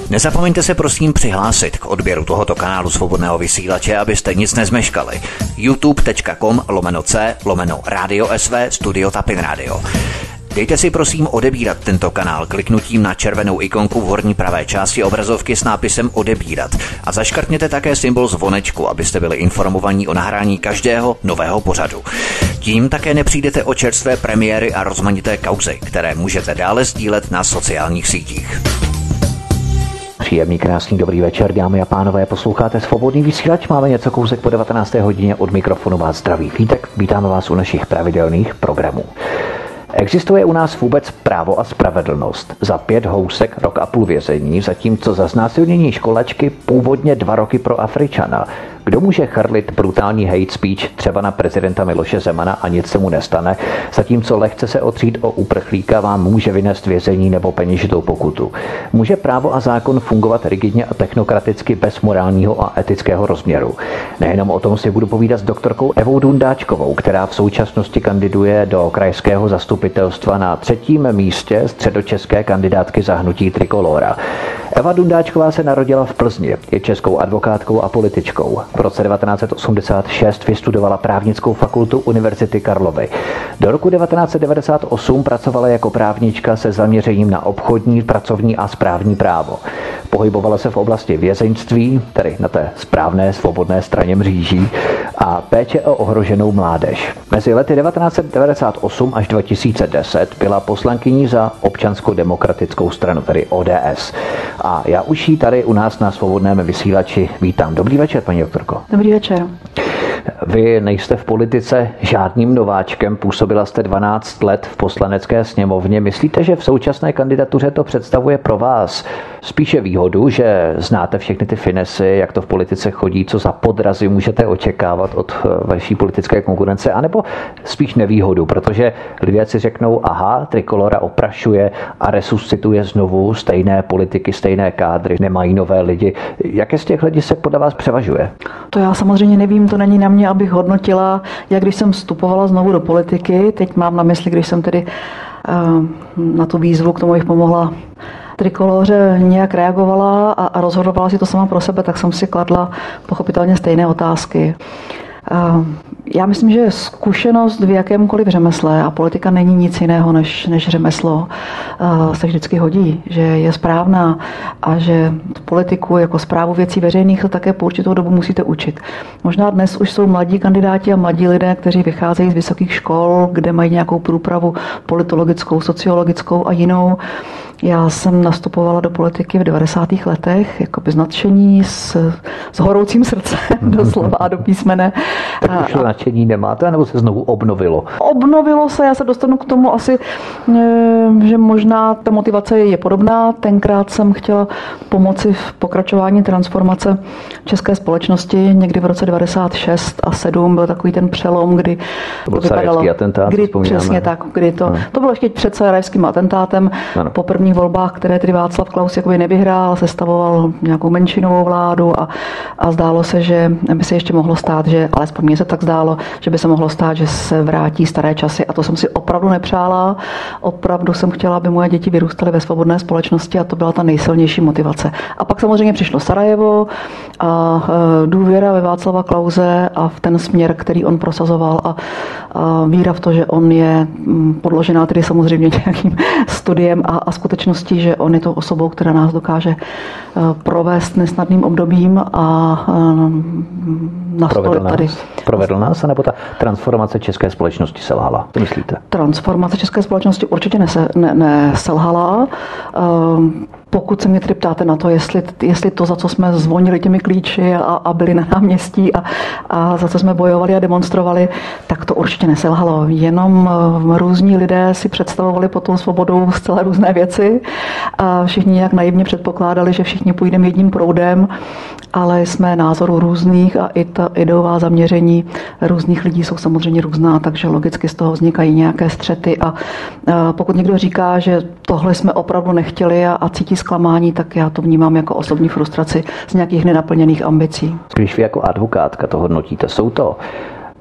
Nezapomeňte se prosím přihlásit k odběru tohoto kanálu Svobodného vysílače, abyste nic nezmeškali. youtube.com/c/Radio SV Studio Tapin Radio. Dejte si prosím odebírat tento kanál kliknutím na červenou ikonku v horní pravé části obrazovky s nápisem odebírat a zaškrtněte také symbol zvonečku, abyste byli informovaní o nahrání každého nového pořadu. Tím také nepřijdete o čerstvé premiéry a rozmanité kauzy, které můžete dále sdílet na sociálních sítích. Příjemný, krásný, dobrý večer, dámy a pánové, posloucháte Svobodný vysílač, máme něco kousek po 19. hodině, od mikrofonu vás zdraví Vítek, vítáme vás u našich pravidelných programů. Existuje u nás vůbec právo a spravedlnost? Za 5 housek rok a půl vězení, zatímco za znásilnění školačky původně 2 roky pro Afričana. Kdo může chrlit brutální hate speech třeba na prezidenta Miloše Zemana a nic se mu nestane, zatímco lehce se otřít o uprchlíka vám může vynést vězení nebo peněžitou pokutu? Může právo a zákon fungovat rigidně a technokraticky bez morálního a etického rozměru? Nejenom o tom si budu povídat s doktorkou Evou Dundáčkovou, která v současnosti kandiduje do krajského zastupitelstva na 3. místě středočeské kandidátky za hnutí Trikolóra. Eva Dundáčková se narodila v Plzni, je českou advokátkou a političkou. V roce 1986 vystudovala právnickou fakultu Univerzity Karlovy. Do roku 1998 pracovala jako právnička se zaměřením na obchodní, pracovní a správní právo. Pohybovala se v oblasti vězeňství, tedy na té správné svobodné straně mříží, a péče o ohroženou mládež. Mezi lety 1998 až 2010 byla poslankyní za Občanskou-demokratickou stranu, tedy ODS. A já už ji tady u nás na Svobodném vysílači vítám. Dobrý večer, paní doktorko. Dobrý večer. Vy nejste v politice žádným nováčkem, působila jste 12 let v poslanecké sněmovně. Myslíte, že v současné kandidatuře to představuje pro vás spíše výhodu, že znáte všechny ty finesy, jak to v politice chodí, co za podrazy můžete očekávat od vaší politické konkurence, anebo spíš nevýhodu, protože lidé si řeknou, aha, Trikolora oprašuje a resuscituje znovu stejné politiky, stejné kádry, nemají nové lidi. Jaké z těch hledisek podle vás převažuje? To já samozřejmě nevím, to není na mě, abych hodnotila, jak když jsem vstupovala znovu do politiky. Teď mám na mysli, když jsem tedy na tu výzvu k tomu, abych pomohla Trikoloře, nějak reagovala a rozhodovala si to sama pro sebe, tak jsem si kladla pochopitelně stejné otázky. Já myslím, že zkušenost v jakémkoliv řemesle, a politika není nic jiného než řemeslo, se vždycky hodí, že je správná a že politiku jako správu věcí veřejných to také po určitou dobu musíte učit. Možná dnes už jsou mladí kandidáti a mladí lidé, kteří vycházejí z vysokých škol, kde mají nějakou průpravu politologickou, sociologickou a jinou. Já jsem nastupovala do politiky v 90. letech jako bez nadšení, s horoucím srdcem, doslova a do písmene. Tak už nadšení nemáte, nebo se znovu obnovilo? Obnovilo se, já se dostanu k tomu asi, že možná ta motivace je podobná. Tenkrát jsem chtěla pomoci v pokračování transformace české společnosti. Někdy v roce 96 a 7 byl takový ten přelom, kdy to byl sarajevský atentát, kdy přesně tak, kdy to bylo ještě před sarajevským atentátem, po prvních volbách, které tedy Václav Klaus jakoby nevyhrál, sestavoval nějakou menšinovou vládu a zdálo se, že by se ještě mohlo stát, že alespoň mně se tak zdálo, že by se mohlo stát, že se vrátí staré časy, a to jsem si opravdu nepřála. Opravdu jsem chtěla, aby moje děti vyrůstaly ve svobodné společnosti, a to byla ta nejsilnější motivace. A pak samozřejmě přišlo Sarajevo a důvěra ve Václava Klause a v ten směr, který on prosazoval, a víra v to, že on je podložená tedy samozřejmě nějakým studiem a skutečností, že on je tou osobou, která nás dokáže provést nesnadným obdobím a nastolit tady. Provedl nás, anebo ta transformace české společnosti selhala? To myslíte? Transformace české společnosti určitě neselhala. Pokud se mě tedy ptáte na to, jestli to, za co jsme zvonili těmi klíči a byli na náměstí a za co jsme bojovali a demonstrovali, tak to určitě neselhalo. Jenom různí lidé si představovali pod tou svobodou zcela různé věci a všichni nějak naivně předpokládali, že všichni půjdeme jedním proudem, ale jsme názorů různých a i ta ideová zaměření různých lidí jsou samozřejmě různá, takže logicky z toho vznikají nějaké střety a pokud někdo říká, že tohle jsme opravdu nechtěli a cítí zklamání, tak já to vnímám jako osobní frustraci z nějakých nenaplněných ambicí. Když vy jako advokátka to hodnotíte, jsou to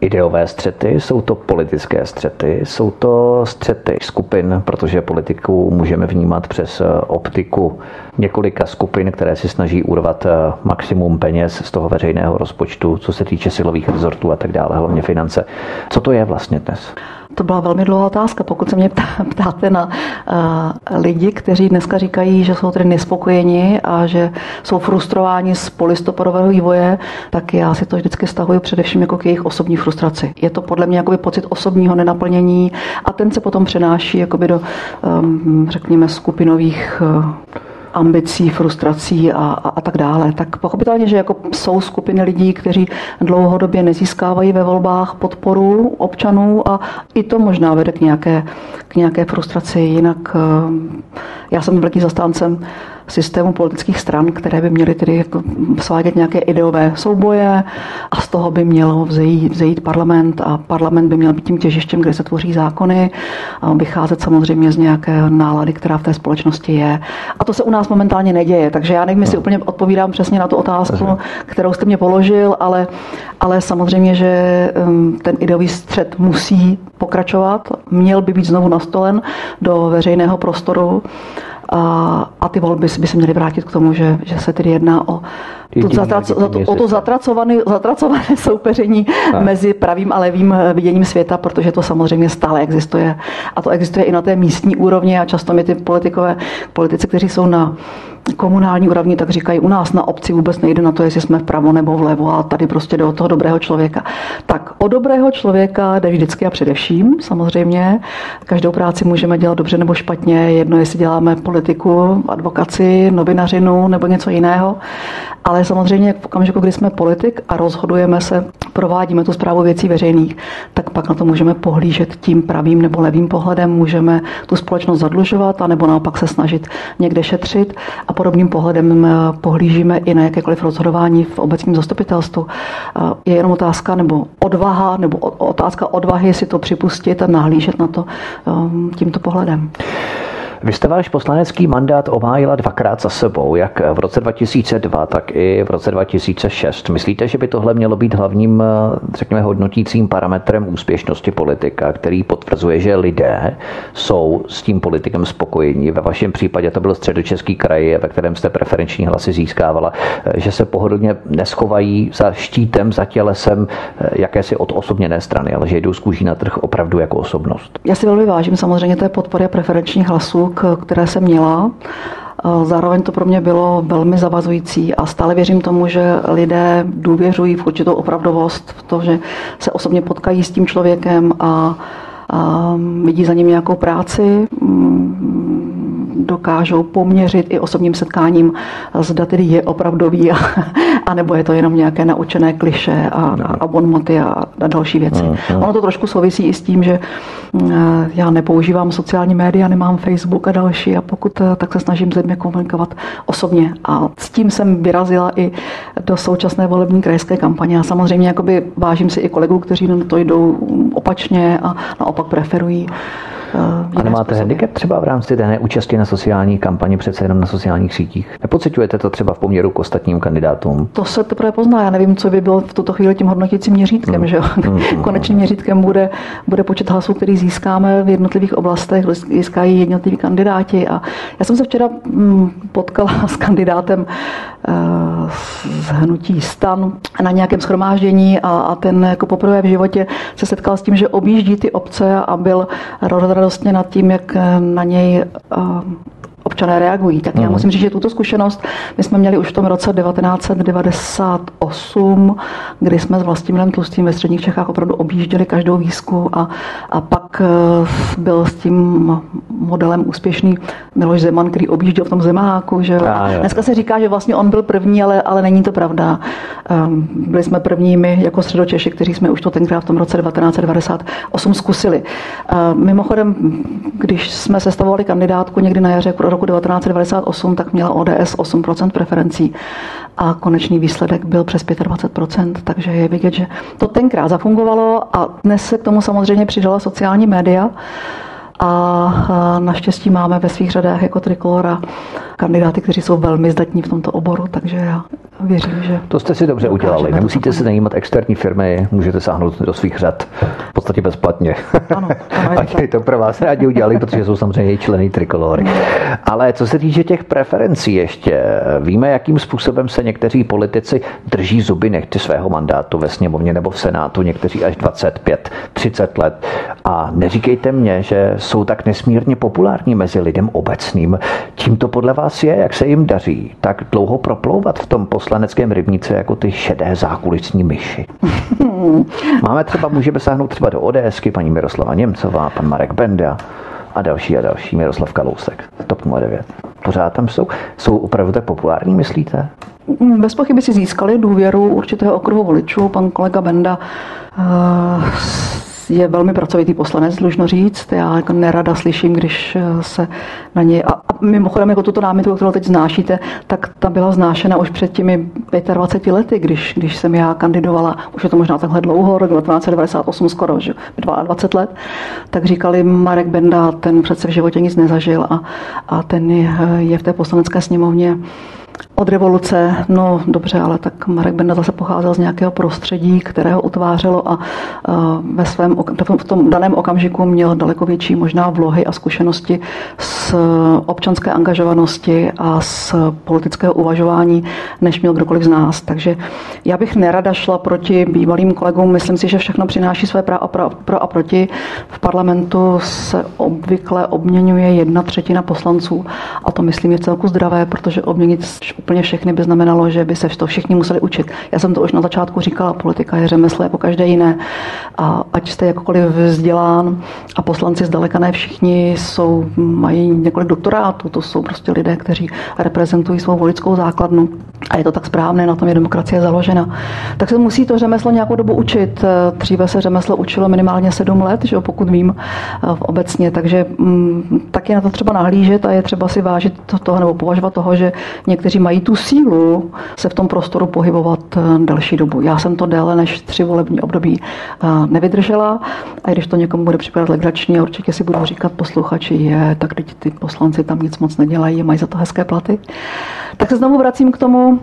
ideové střety, jsou to politické střety, jsou to střety skupin, protože politiku můžeme vnímat přes optiku několika skupin, které si snaží urvat maximum peněz z toho veřejného rozpočtu, co se týče silových rezortů a tak dále, hlavně finance. Co to je vlastně dnes? To byla velmi dlouhá otázka. Pokud se mě ptáte na lidi, kteří dneska říkají, že jsou tedy nespokojeni a že jsou frustrováni z polistopadového vývoje, tak já si to vždycky vztahuji především jako k jejich osobní frustraci. Je to podle mě jakoby pocit osobního nenaplnění a ten se potom přenáší jakoby do, řekněme, skupinových ambicí, frustrací a tak dále. Tak pochopitelně, že jako jsou skupiny lidí, kteří dlouhodobě nezískávají ve volbách podporu občanů a i to možná vede k nějaké frustraci. Jinak já jsem velký zastáncem systému politických stran, které by měly tedy jako svádět nějaké ideové souboje a z toho by mělo vzejít parlament a parlament by měl být tím těžištěm, kde se tvoří zákony a vycházet samozřejmě z nějaké nálady, která v té společnosti je. A to se u nás momentálně neděje, takže já nevím, jestli úplně odpovídám přesně na tu otázku, kterou jste mě položil, ale samozřejmě, že ten ideový střet musí pokračovat, měl by být znovu nastolen do veřejného prostoru. A ty volby by se měly vrátit k tomu, že se tedy jedná o to zatracované soupeření mezi pravým a levým viděním světa, protože to samozřejmě stále existuje. A to existuje i na té místní úrovni a často mi ty politici, kteří jsou na komunální úrovni, tak říkají, u nás na obci vůbec nejde na to, jestli jsme vpravo nebo vlevo a tady prostě jde o toho dobrého člověka. Tak o dobrého člověka jde vždycky a především, samozřejmě. Každou práci můžeme dělat dobře nebo špatně, jedno jestli děláme politiku, advokaci, novinařinu nebo něco jiného. Ale samozřejmě v okamžiku, kdy jsme politik a rozhodujeme se, provádíme tu správu věcí veřejných, tak pak na to můžeme pohlížet tím pravým nebo levým pohledem, můžeme tu společnost zadlužovat a nebo naopak se snažit někde šetřit a podobným pohledem pohlížíme i na jakékoliv rozhodování v obecním zastupitelstvu. Je jenom otázka nebo odvaha, nebo otázka odvahy si to připustit a nahlížet na to tímto pohledem. Vy jste váš poslanecký mandát obhájila dvakrát za sebou, jak v roce 2002, tak i v roce 2006. Myslíte, že by tohle mělo být hlavním, řekněme, hodnotícím parametrem úspěšnosti politika, který potvrzuje, že lidé jsou s tím politikem spokojení? Ve vašem případě to byl Středočeský kraj, ve kterém jste preferenční hlasy získávala, že se pohodlně neschovají za štítem, za tělesem jakési odosobněné strany, ale že jdou z kůží na trh opravdu jako osobnost. Já si velmi vážím samozřejmě té podpory preferenčních hlasů, které jsem měla. Zároveň to pro mě bylo velmi zavazující a stále věřím tomu, že lidé důvěřují v určitou opravdovost, v to, že se osobně potkají s tím člověkem a vidí za ním nějakou práci, dokážou poměřit i osobním setkáním, zda tedy je opravdový, anebo je to jenom nějaké naučené klišé a bonmoty a další věci. Ono to trošku souvisí i s tím, že já nepoužívám sociální média, nemám Facebook a další a pokud tak se snažím s lidmi komunikovat osobně. A s tím jsem vyrazila i do současné volební krajské kampaně. A samozřejmě jakoby vážím si i kolegů, kteří na to jdou opačně a naopak preferují. A nemáte handicap třeba v rámci té neúčasti na sociální kampani, přece jenom na sociálních sítích? Nepociťujete to třeba v poměru k ostatním kandidátům? To se teprve pozná. Já nevím, co by bylo v tuto chvíli tím hodnotícím měřítkem. Že? Konečným měřítkem bude počet hlasů, který získáme v jednotlivých oblastech, získají jednotliví kandidáti. A já jsem se včera potkala s kandidátem z hnutí STAN na nějakém shromáždění a ten jako poprvé v životě se setkal s tím, že objíždí ty obce a byl radostně nad tím, jak na něj občané reagují. Tak já musím říct, že tuto zkušenost my jsme měli už v tom roce 1998, kdy jsme s Vlastimilem Tlustým ve středních Čechách opravdu objížděli každou výzku a pak byl s tím modelem úspěšný Miloš Zeman, který objížděl v tom Zemáku. Že? Dneska se říká, že vlastně on byl první, ale není to pravda. Byli jsme prvními jako Středočeši, kteří jsme už to tenkrát v tom roce 1998 zkusili. Mimochodem, když jsme sestavovali kandidátku někdy na jaře roku 1998, tak měla ODS 8% preferencí a konečný výsledek byl přes 25%, takže je vidět, že to tenkrát zafungovalo a dnes se k tomu samozřejmě přidala sociální média a naštěstí máme ve svých řadách jako Trikolora kandidáty, kteří jsou velmi zdatní v tomto oboru, takže já věřím, že... To jste si dobře udělali. Nemusíte se najímat externí firmy, můžete sáhnout do svých řad v podstatě bezplatně. Ano, je to pro vás rádi udělali, protože jsou samozřejmě členy Trikolory. Ale co se týče těch preferencí ještě, víme, jakým způsobem se někteří politici drží zuby nehty svého mandátu ve sněmovně nebo v senátu, někteří až 25, 30 let. A neříkejte mně, že jsou tak nesmírně populární mezi lidem obecným. Čím to podle vás je, jak se jim daří tak dlouho proplouvat v tom poslaneckém rybníce jako ty šedé zákulisní myši? Můžeme sáhnout třeba do ODSky, paní Miroslava Němcová, pan Marek Benda a další, Miroslav Kalousek, TOP 09. Pořád tam jsou. Jsou opravdu tak populární, myslíte? Bez pochyby si získali důvěru určitého okruhu voličů. Pan kolega Benda je velmi pracovitý poslanec, dlužno říct. Já jako nerada slyším, když se na něj... A mimochodem, jako tuto námitku, kterou teď znášíte, tak ta byla znášena už před těmi 25 lety, když jsem já kandidovala. Už je to možná takhle dlouho, rok 1998 skoro, že 22 let. Tak říkali, Marek Benda, ten přece v životě nic nezažil a ten je v té poslanecké sněmovně od revoluce. No dobře, ale tak Marek Benda zase pocházel z nějakého prostředí, které ho utvářelo a v tom daném okamžiku měl daleko větší možná vlohy a zkušenosti z občanské angažovanosti a z politického uvažování, než měl kdokoliv z nás. Takže já bych nerada šla proti bývalým kolegům. Myslím si, že všechno přináší své pro a proti. V parlamentu se obvykle obměňuje 1/3 poslanců a to myslím je celku zdravé, protože obměnit úplně všechny by znamenalo, že by se to všichni museli učit. Já jsem to už na začátku říkala, politika je řemeslo jako každé jiné. A ať jste jakkoliv vzdělán a poslanci zdaleka ne všichni mají několik doktorátů, to jsou prostě lidé, kteří reprezentují svou voličskou základnu a je to tak správné, na tom je demokracie založena. Tak se musí to řemeslo nějakou dobu učit. Dříve se řemeslo učilo minimálně 7 let, že pokud vím obecně, takže taky na to třeba nahlížet a je třeba si vážit toho nebo považovat toho, že někteří mají tu sílu se v tom prostoru pohybovat delší dobu. Já jsem to déle než 3 volební období nevydržela a když to někomu bude připadat legrační, určitě si budu říkat posluchači, tak teď ty poslanci tam nic moc nedělají, mají za to hezké platy. Tak se znovu vracím k tomu,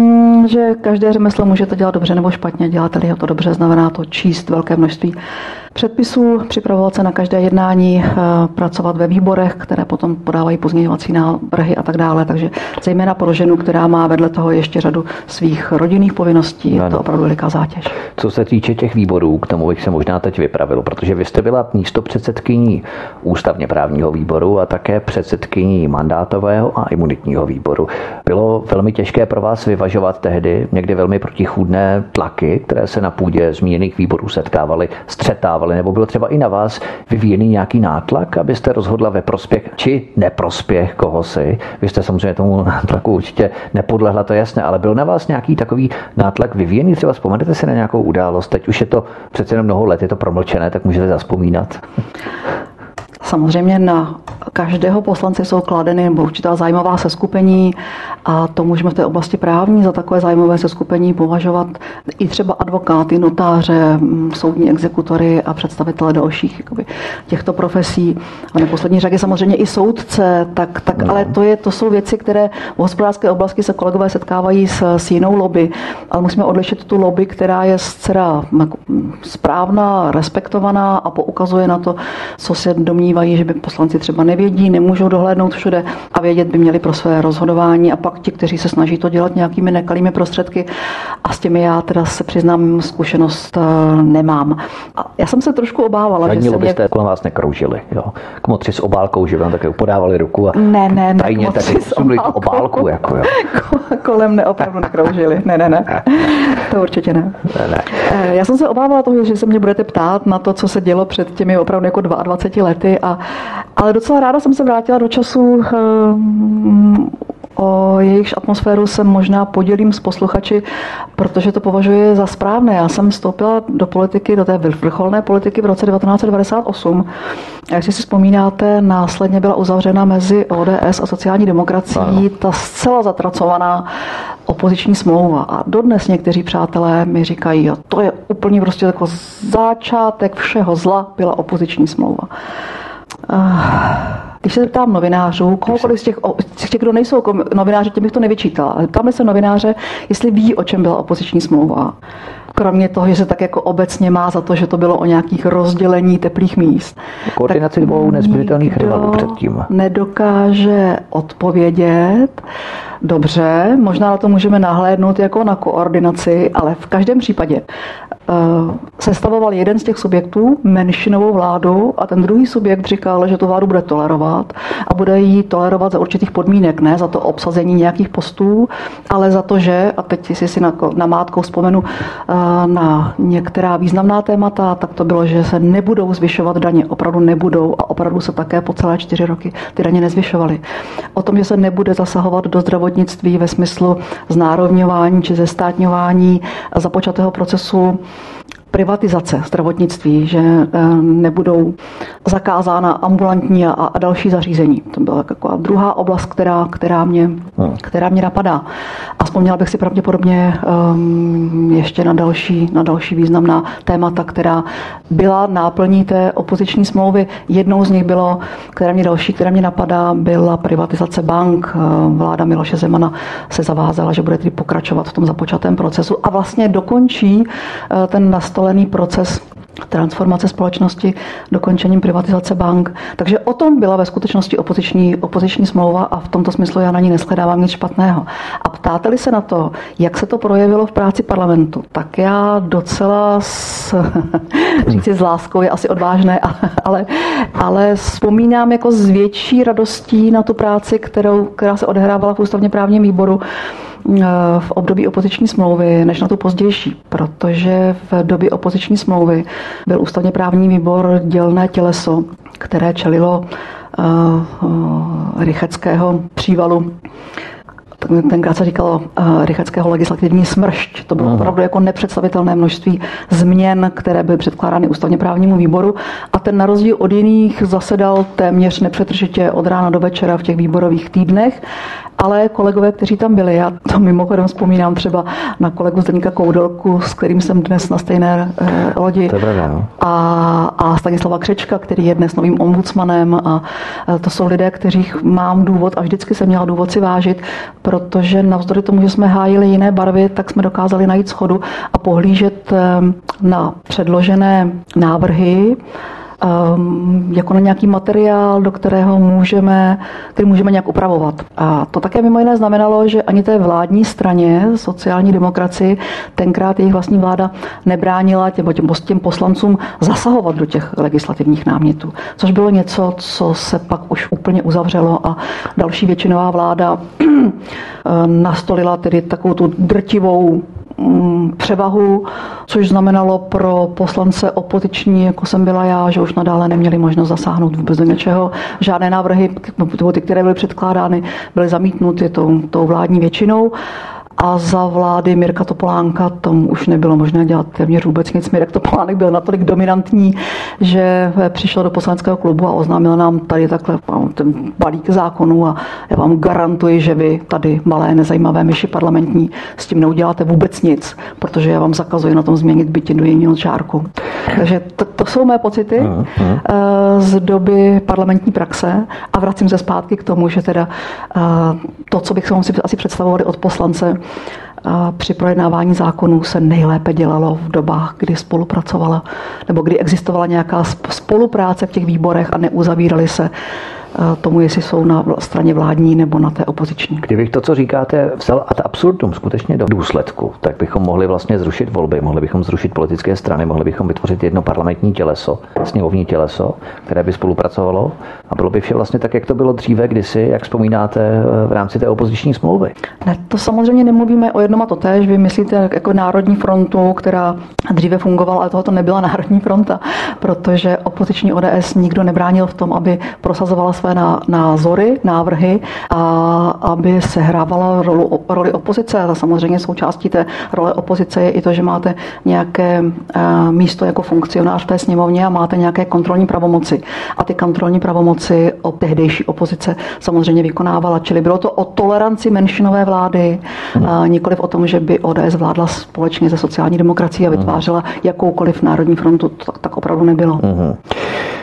že každé řemeslo můžete dělat dobře nebo špatně. Děláte-li ho to dobře, znamená to číst velké množství předpisů, připravovat se na každé jednání, pracovat ve výborech, které potom podávají pozměňovací návrhy a tak dále. Takže zejména pro ženu, která má vedle toho ještě řadu svých rodinných povinností, je to opravdu veliká zátěž. Co se týče těch výborů, k tomu bych se možná teď vypravil, protože vy jste byla místopředsedkyní ústavně právního výboru a také předsedkyní mandátového a imunitního výboru. Bylo velmi těžké pro vás vyvažovat tehdy někdy velmi protichůdné tlaky, které se na půdě zmíněných výborů setkávaly, střetávaly, nebo byl třeba i na vás vyvíjený nějaký nátlak, abyste rozhodla ve prospěch či neprospěch kohosi. Vy jste samozřejmě tomu nátlaku určitě nepodlehla, to je jasné, ale byl na vás nějaký takový nátlak vyvíjený? Třeba vzpomenete si na nějakou událost? Teď už je to přece jen mnoho let, je to promlčené, tak můžete zavzpomínat. Samozřejmě na každého poslance jsou kladeny určitá zájmová seskupení a to můžeme v té oblasti právní za takové zájmové seskupení považovat i třeba advokáty, notáře, soudní exekutory a představitele dalších těchto profesí. A v neposlední řadě samozřejmě i soudce, ale to jsou věci, které v hospodářské oblasti se kolegové setkávají s jinou lobby. Ale musíme odlišit tu lobby, která je zcela správná, respektovaná a poukazuje na to, co se domnívají, že by poslanci třeba nevědí, nemůžou dohlédnout všude a vědět by měli pro své rozhodování a pak ti, kteří se snaží to dělat nějakými nekalými prostředky a s těmi já teda se přiznám, zkušenost nemám. A já jsem se trošku obávala, že se byste kolem vás nekroužili, jo? Kmotři s obálkou, že vám také podávali ruku a tajně taky posunuli tu obálku. Jako, jo. Kolem mne opravdu nekroužili. Ne. To určitě ne. Já jsem se obávala toho, že se mě budete ptát na to, co se dělo před těmi opravdu jako 22 lety, ale docela ráda jsem se vrátila do času, o jejichž atmosféru se možná podělím s posluchači, protože to považuji za správné. Já jsem vstoupila do politiky, do té vrcholné politiky v roce 1998. A jak si vzpomínáte, následně byla uzavřena mezi ODS a sociální demokracií ta zcela zatracovaná opoziční smlouva. A dodnes někteří přátelé mi říkají, to je úplně prostě jako začátek všeho zla byla opoziční smlouva. Když se zeptám novinářů, kohokoliv z těch, kdo nejsou novináři, těm bych to nevyčítala, ale ptáme se novináře, jestli ví, o čem byla opoziční smlouva. Kromě toho, že se tak jako obecně má za to, že to bylo o nějakých rozdělení teplých míst. Koordinaci dvou nesmíritelných rivalů předtím. Nedokáže odpovědět. Dobře, možná na to můžeme nahlédnout jako na koordinaci, ale v každém případě sestavoval jeden z těch subjektů menšinovou vládu a ten druhý subjekt říkal, že tu vládu bude tolerovat a bude ji tolerovat za určitých podmínek, ne za to obsazení nějakých postů, ale za to, že, a teď si na mátkou vzpomenu na některá významná témata, tak to bylo, že se nebudou zvyšovat daně, opravdu nebudou a opravdu se také po celé 4 roky ty daně nezvyšovaly. O tom, že se nebude zasahovat do zdravotnictví ve smyslu znárodňování či zestátňování započatého procesu privatizace zdravotnictví, že nebudou zakázána ambulantní a další zařízení. To byla taková druhá oblast, která mě napadá. A vzpomněla bych si pravděpodobně ještě na další významná témata, která byla náplní té opoziční smlouvy. Jednou z nich bylo, která mě napadá, byla privatizace bank. Vláda Miloše Zemana se zavázala, že bude tedy pokračovat v tom započatém procesu a vlastně dokončí ten nastolený proces transformace společnosti dokončením privatizace bank. Takže o tom byla ve skutečnosti opoziční smlouva a v tomto smyslu já na ní neshledávám nic špatného. A ptáte-li se na to, jak se to projevilo v práci parlamentu, tak já docela říci s láskou je asi odvážné, ale vzpomínám jako s větší radostí na tu práci, která se odehrávala v ústavně právním výboru v období opoziční smlouvy, než na tu pozdější, protože v době opoziční smlouvy byl ústavně právní výbor dělné těleso, které čelilo Rychetského přívalu. Tenkrát se říkalo Rychetského legislativní smršť. To bylo opravdu jako nepředstavitelné množství změn, které byly předkládány ústavně právnímu výboru a ten na rozdíl od jiných zasedal téměř nepřetržitě od rána do večera v těch výborových týdnech. Ale kolegové, kteří tam byli, já to mimochodem vzpomínám třeba na kolegu Zdeňka Koudelku, s kterým jsem dnes na stejné lodi, a Stanislava Křečka, který je dnes novým ombudsmanem a to jsou lidé, kterých mám důvod a vždycky jsem měla důvod si vážit, protože navzdory tomu, že jsme hájili jiné barvy, tak jsme dokázali najít shodu a pohlížet na předložené návrhy jako na nějaký materiál, do kterého který můžeme nějak upravovat. A to také mimo jiné znamenalo, že ani té vládní straně, sociální demokracii, tenkrát jejich vlastní vláda nebránila těm poslancům zasahovat do těch legislativních námětů. Což bylo něco, co se pak už úplně uzavřelo a další většinová vláda nastolila tedy takovou tu drtivou převahu, což znamenalo pro poslance opoziční, jako jsem byla já, že už nadále neměli možnost zasáhnout vůbec do něčeho. Žádné návrhy, ty, které byly předkládány, byly zamítnuty tou vládní většinou. A za vlády Mirka Topolánka tomu už nebylo možné dělat téměř vůbec nic. Mirek Topolánek byl natolik dominantní, že přišel do poslaneckého klubu a oznámil nám tady takhle ten balík zákonů a já vám garantuji, že vy tady malé nezajímavé myši parlamentní s tím neuděláte vůbec nic, protože já vám zakazuji na tom změnit byť jednu jedinou čárku. Takže to jsou mé pocity z doby parlamentní praxe a vracím se zpátky k tomu, že teda to, co bychom si asi představovali od poslance, při projednávání zákonů se nejlépe dělalo v dobách, kdy spolupracovala nebo kdy existovala nějaká spolupráce v těch výborech a neuzavíraly se tomu, jestli jsou na straně vládní nebo na té opoziční. Kdybych to, co říkáte, vzal ad absurdum skutečně do důsledku, tak bychom mohli vlastně zrušit volby, mohli bychom zrušit politické strany, mohli bychom vytvořit jedno parlamentní těleso, sněmovní těleso, které by spolupracovalo a bylo by vše vlastně tak, jak to bylo dříve kdysi, jak vzpomínáte v rámci té opoziční smlouvy. Ne, to samozřejmě nemluvíme o jednom a totéž. Vy myslíte jako Národní frontu, která dříve fungovala, ale tohoto nebyla Národní fronta, protože opoziční ODS nikdo nebránil v tom, aby prosazovala své názory, návrhy a aby sehrávala roli opozice. A samozřejmě součástí té role opozice je i to, že máte nějaké místo jako funkcionář v té sněmovně a máte nějaké kontrolní pravomoci. A ty kontrolní pravomoci tehdejší opozice samozřejmě vykonávala. Čili bylo to o toleranci menšinové vlády, nikoliv o tom, že by ODS vládla společně se sociální demokracií a vytvářela jakoukoliv Národní frontu. Tak opravdu nebylo.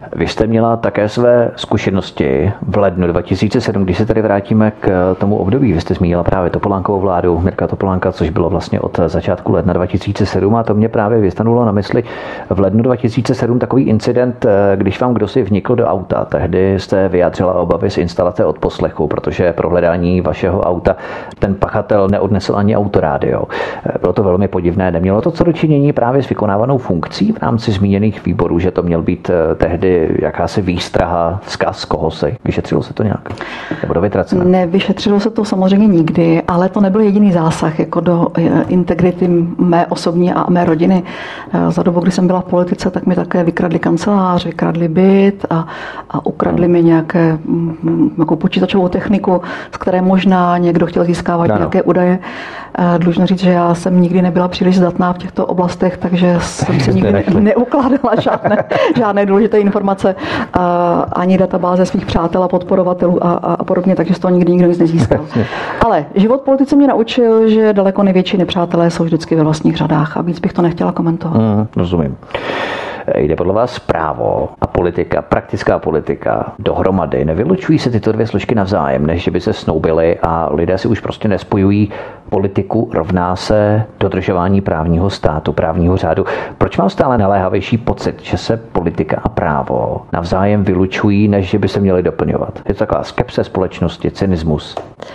Vy jste měla také své zkušenosti v lednu 2007, když se tady vrátíme k tomu období. Vy jste zmínila právě Topolánkovou vládu, Mirka Topolánka, což bylo vlastně od začátku ledna 2007 a to mě právě vystanulo na mysli v lednu 2007 takový incident, když vám kdosi vnikl do auta. Tehdy jste vyjádřila obavy z instalace odposlechu, protože pro hledání vašeho auta ten pachatel neodnesl ani autorádio. Bylo to velmi podivné. Nemělo to co dočinění právě s vykonávanou funkcí v rámci zmíněných výborů, že to měl být tehdy jakási výstraha, vzkaz kohosi? Vyšetřilo se to nějak? Nebo do vytracené? Nevyšetřilo se to samozřejmě nikdy, ale to nebyl jediný zásah jako do integrity mé osobní a mé rodiny. Za dobu, kdy jsem byla v politice, tak mi také vykradli kancelář, vykradli byt a ukradli mi nějakou počítačovou techniku, z které možná někdo chtěl získávat nějaké údaje. Dlužno říct, že já jsem nikdy nebyla příliš zdatná v těchto oblastech, takže jsem si nikdy neukládala žádné důležité informace, ani databáze svých přátel a podporovatelů a podobně, takže z toho nikdy nikdo nic nezískal. Ale život politice mě naučil, že daleko největší nepřátelé jsou vždycky ve vlastních řadách a víc bych to nechtěla komentovat. Rozumím. Jde podle vás právo a politika, praktická politika dohromady? Nevylučují se tyto dvě složky navzájem, než že by se snoubily a lidé si už prostě nespojují politiku rovná se dodržování právního státu, právního řádu? Proč mám stále naléhavější pocit, že se politika a právo navzájem vylučují, než že by se měly doplňovat? Je to taková skepse společnosti, cynismus?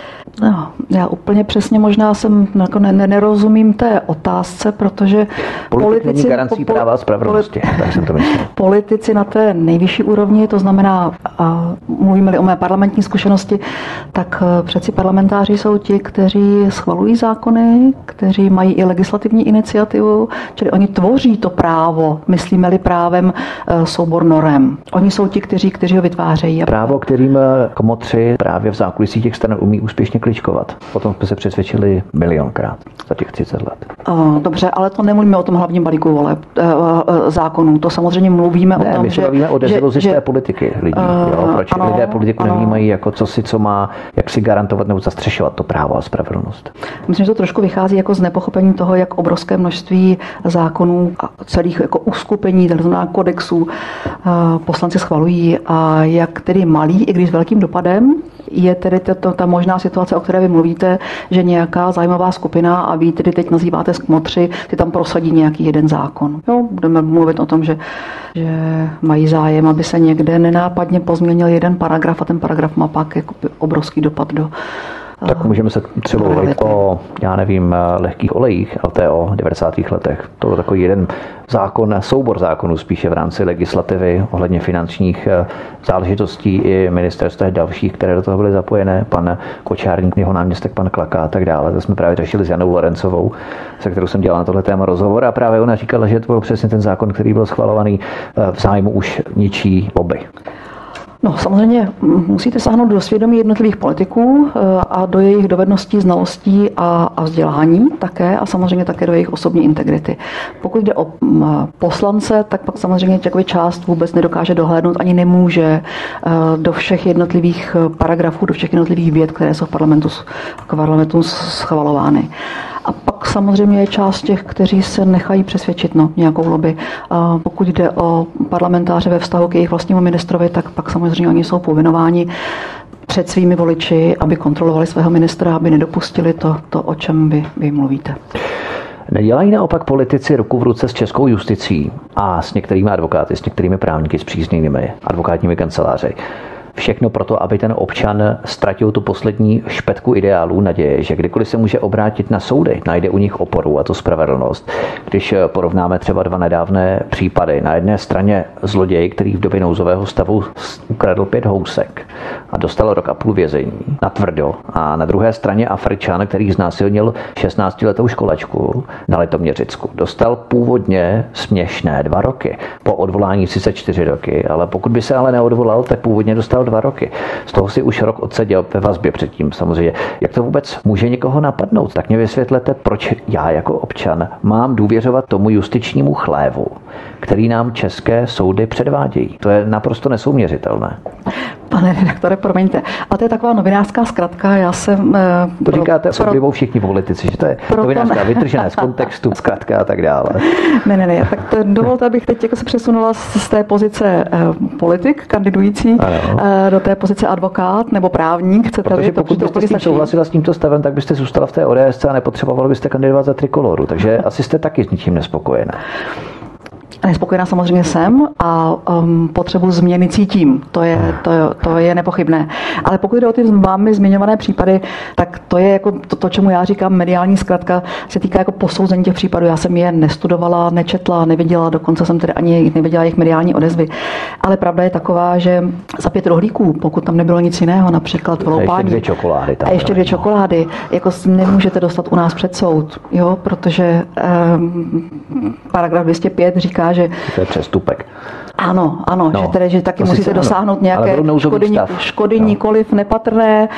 No, já úplně přesně možná jsem nerozumím té otázce, protože politici není garancí práva a spravedlnosti. Tak jsem to myslel. Politici na té nejvyšší úrovni, to znamená, mluvíme-li o mé parlamentní zkušenosti, tak přeci parlamentáři jsou ti, kteří schvalují zákony, kteří mají i legislativní iniciativu, čili oni tvoří to právo, myslíme-li právem soubor norem. Oni jsou ti, kteří ho vytvářejí. Právo, kterým komotři právě v zákulisí těch stran umí úspěšně kličkovat. Potom jsme se přesvědčili milionkrát za těch 30 let. Dobře, ale to nemluvíme o tom hlavním balíku voleb zákonů. To samozřejmě mluvíme o tom, my se bavíme o deziluzisté politiky lidí. Proč lidé politiku nevnímají jako cosi, co má jak si garantovat nebo zastřešovat to právo a spravedlnost? Myslím, že to trošku vychází jako z nepochopení toho, jak obrovské množství zákonů a celých jako uskupení, takzvaných kodexů poslanci schvalují a jak tedy malý, i když s velkým dopadem, je tedy ta možná situace, o které vy mluvíte, že nějaká zájmová skupina, a vy tedy teď nazýváte skmotři, ty tam prosadí nějaký jeden zákon. Jo, budeme mluvit o tom, že mají zájem, aby se někde nenápadně pozměnil jeden paragraf a ten paragraf má pak jako obrovský dopad do... Tak můžeme se třeba mluvit o, lehkých olejích, LTO v 90. letech. To byl takový jeden zákon, soubor zákonů spíše v rámci legislativy ohledně finančních záležitostí i ministerstev dalších, které do toho byly zapojené. Pan Kočárník, jeho náměstek, pan Klaka a tak dále. To jsme právě řešili s Janou Lorencovou, se kterou jsem dělal na tohle téma rozhovor a právě ona říkala, že to byl přesně ten zákon, který byl schvalovaný v zájmu už ničí lobby. No, samozřejmě musíte sáhnout do svědomí jednotlivých politiků a do jejich dovedností, znalostí a vzdělání také a samozřejmě také do jejich osobní integrity. Pokud jde o poslance, tak pak samozřejmě takový část vůbec nedokáže dohlédnout ani nemůže do všech jednotlivých paragrafů, do všech jednotlivých vět, které jsou v parlamentu schvalovány. A pak samozřejmě je část těch, kteří se nechají přesvědčit nějakou lobby. A pokud jde o parlamentáře ve vztahu k jejich vlastnímu ministrovi, tak pak samozřejmě oni jsou povinováni před svými voliči, aby kontrolovali svého ministra, aby nedopustili to o čem vy mluvíte. Nedělají naopak politici ruku v ruce s českou justicí a s některými advokáty, s některými právníky, s přísnými advokátními kanceláři? Všechno proto, aby ten občan ztratil tu poslední špetku ideálů, naděje, že kdykoliv se může obrátit na soudy, najde u nich oporu a to spravedlnost. Když porovnáme třeba 2 nedávné případy, na jedné straně zloděj, který v době nouzového stavu ukradl 5 housek a dostal 1,5 roku vězení na tvrdo, a na druhé straně Afričan, který znásilnil 16letou školačku na Litoměřicku, dostal původně směšné 2 roky, po odvolání sice 4 roky, ale pokud by se ale neodvolal, tak původně dostal 2 roky. Z toho si už rok odseděl ve vazbě předtím samozřejmě. Jak to vůbec může někoho napadnout? Tak mě vysvětlete, proč já jako občan mám důvěřovat tomu justičnímu chlévu, který nám české soudy předvádějí. To je naprosto nesouměřitelné. Pane redaktore, promiňte, a to je taková novinářská zkratka, já jsem... To říkáte s oblibou všichni politici, že to je novinářská vytržená z kontextu, zkratka a tak dále. Ne, tak to dovolte, abych teď jako se přesunula z té pozice politik kandidující do té pozice advokát nebo právník. Protože pokud byste s tím souhlasila s tímto stavem, tak byste zůstala v té ODS a nepotřebovala byste kandidovat za Trikoloru, takže asi jste taky s ničím nespokojená. Nespokojená samozřejmě jsem a potřebu změny cítím. To je nepochybné. Ale pokud jde o ty vámi zmiňované případy, tak to je jako to, čemu já říkám mediální zkratka, se týká jako posouzení těch případů. Já jsem je nestudovala, nečetla, neviděla, dokonce jsem tedy ani neviděla jejich mediální odezvy. Ale pravda je taková, že za 5 rohlíků, pokud tam nebylo nic jiného, například vloupání. A ještě 2 čokolády. Jako nemůžete dostat u nás před soud, jo, protože paragraf 205 říká, že to je přestupek. Ano, že taky musíte dosáhnout nějaké škody nikoliv nepatrné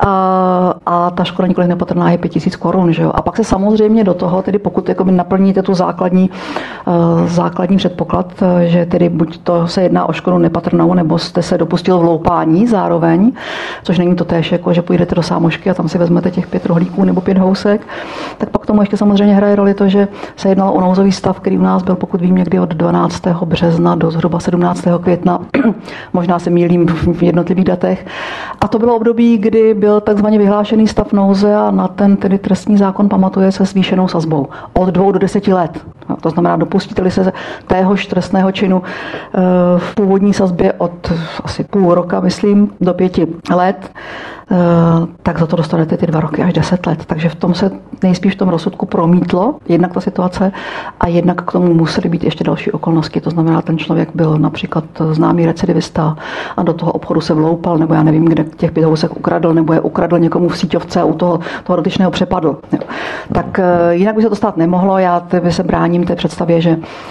a ta škoda nikoliv nepatrná je 5 000 korun, že jo. A pak se samozřejmě do toho, tedy pokud jakoby naplníte tu základní předpoklad, že tedy buď to se jedná o škodu nepatrnou, nebo jste se dopustil vloupání zároveň, což není to též, jako že půjdete do sámošky a tam si vezmete těch 5 rohlíků nebo 5 housek, tak pak tomu ještě samozřejmě hraje roli to, že se jednalo o nouzový stav, který u nás byl, pokud vím, někdy od 12. března do zhruba 17. května, možná se mýlím v jednotlivých datech. A to bylo období, kdy byl takzvaně vyhlášený stav nouze a na ten tedy trestní zákon pamatuje se zvýšenou sazbou od 2 do 10 let. To znamená, dopustíte-li se téhož trestného činu v původní sazbě od asi půl roka, myslím, do 5 let, tak za to dostanete ty 2 roky až 10 let. Takže v tom se nejspíš v tom rozsudku promítlo jednak ta situace a jednak k tomu musely být ještě další okolnosti. To znamená, ten člověk byl například známý recidivista a do toho obchodu se vloupal, nebo já nevím, kde těch 5 housek ukradl, nebo je ukradl někomu v síťovce a u toho dotyčného přepadl. Jo. Tak jinak by se to stát nemohlo. Já se bráním té představě,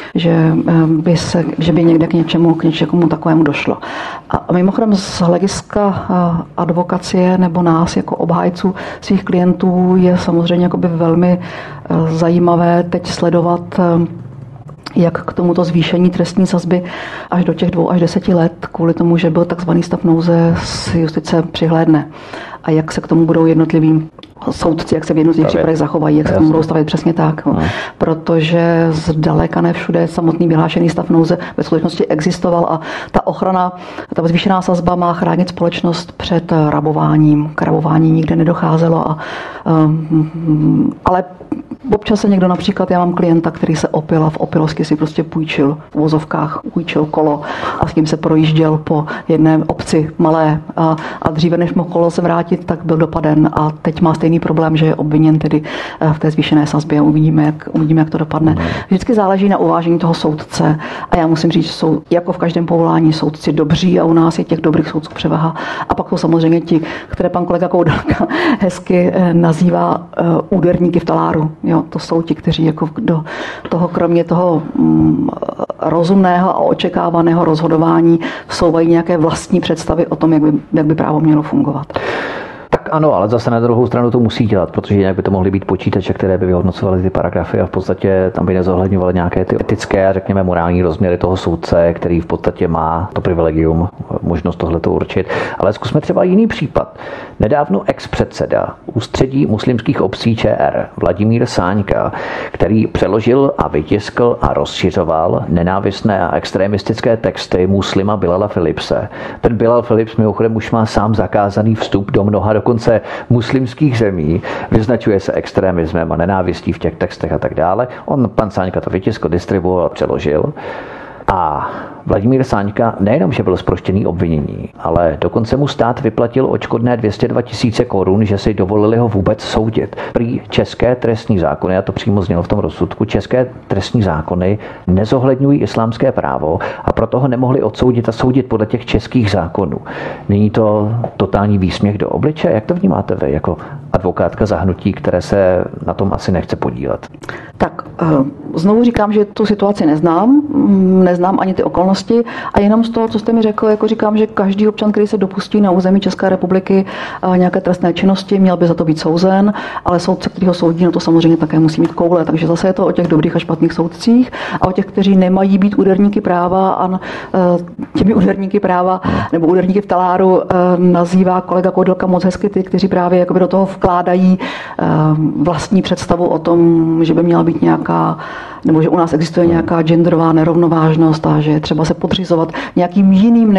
že by někde k něčemu takovému došlo. A mimochodem z hlediska advokacie nebo nás jako obhájců svých klientů je samozřejmě jakoby velmi zajímavé teď sledovat, jak k tomuto zvýšení trestní sazby až do těch 2 až 10 let, kvůli tomu, že byl takzvaný stav nouze, z justice přihlédne. A jak se k tomu budou jednotliví soudci, jak se v jednotlivých případech zachovají, jak se k tomu budou stavět přesně tak. No. Protože zdaleka ne všude samotný vyhlášený stav nouze ve skutečnosti existoval a ta ochrana, ta zvýšená sazba má chránit společnost před rabováním. K rabování nikde nedocházelo. Ale občas se někdo, například já mám klienta, který se opil a v opilosti si prostě půjčil v uvozovkách, kolo a s tím se projížděl po jedné obci malé a dříve než mohl kolo se vrátit, tak byl dopaden a teď má stejný problém, že je obviněn tedy v té zvýšené sazbě a uvidíme, jak to dopadne. Vždycky záleží na uvážení toho soudce a já musím říct, že jsou jako v každém povolání soudci dobří a u nás je těch dobrých soudců převaha. A pak jsou samozřejmě ti, které pan kolega Koudelka hezky nazývá úderníky v taláru. Jo, to jsou ti, kteří jako do toho, kromě toho rozumného a očekávaného rozhodování vsouvají nějaké vlastní představy o tom, jak by právo mělo fungovat. Tak ano, ale zase na druhou stranu to musí dělat, protože jinak by to mohly být počítače, které by vyhodnocovaly ty paragrafy a v podstatě tam by nezohledňovaly nějaké ty etické a řekněme morální rozměry toho soudce, který v podstatě má to privilegium, možnost tohleto určit. Ale zkusme třeba jiný případ. Nedávno ex-předseda Ústředí muslimských obcí ČR Vladimír Sáňka, který přeložil a vytiskl a rozšiřoval nenávistné a extremistické texty muslima Bilala Philipse. Ten Bilal Philips mimochodem už má sám zakázaný vstup do mnoha dokonce muslimských zemí, vyznačuje se extremismem a nenávistí v těch textech a tak dále. Pan Sáňka to vytiskl, distribuoval, přeložil. A Vladimír Sáňka nejenom, že byl zproštěný obvinění, ale dokonce mu stát vyplatil odškodné 202 000 korun, že si dovolili ho vůbec soudit. Prý české trestní zákony, a to přímo znělo v tom rozsudku, české trestní zákony nezohledňují islámské právo a proto ho nemohli odsoudit a soudit podle těch českých zákonů. Není to totální výsměch do obličeje? Jak to vnímáte vy jako advokátka za hnutí, které se na tom asi nechce podílet? Tak Znovu říkám, že tu situaci neznám ani ty okolnosti a jenom z toho, co jste mi řekl, jako říkám, že každý občan, který se dopustí na území České republiky nějaké trestné činnosti, měl by za to být souzen, ale soudce, který ho soudí, no to samozřejmě také musí mít koule, takže zase je to o těch dobrých a špatných soudcích a o těch, kteří nemají být úderníky práva a těmi úderníky práva nebo úderníky v taláru nazývá kolega Koudelka moc hezky ty, kteří právě jakoby do toho vkládají vlastní představu o tom, že by měla být nějaká, nebo že u nás existuje nějaká genderová nerovnovážnost a že je třeba se podřizovat nějakým jiným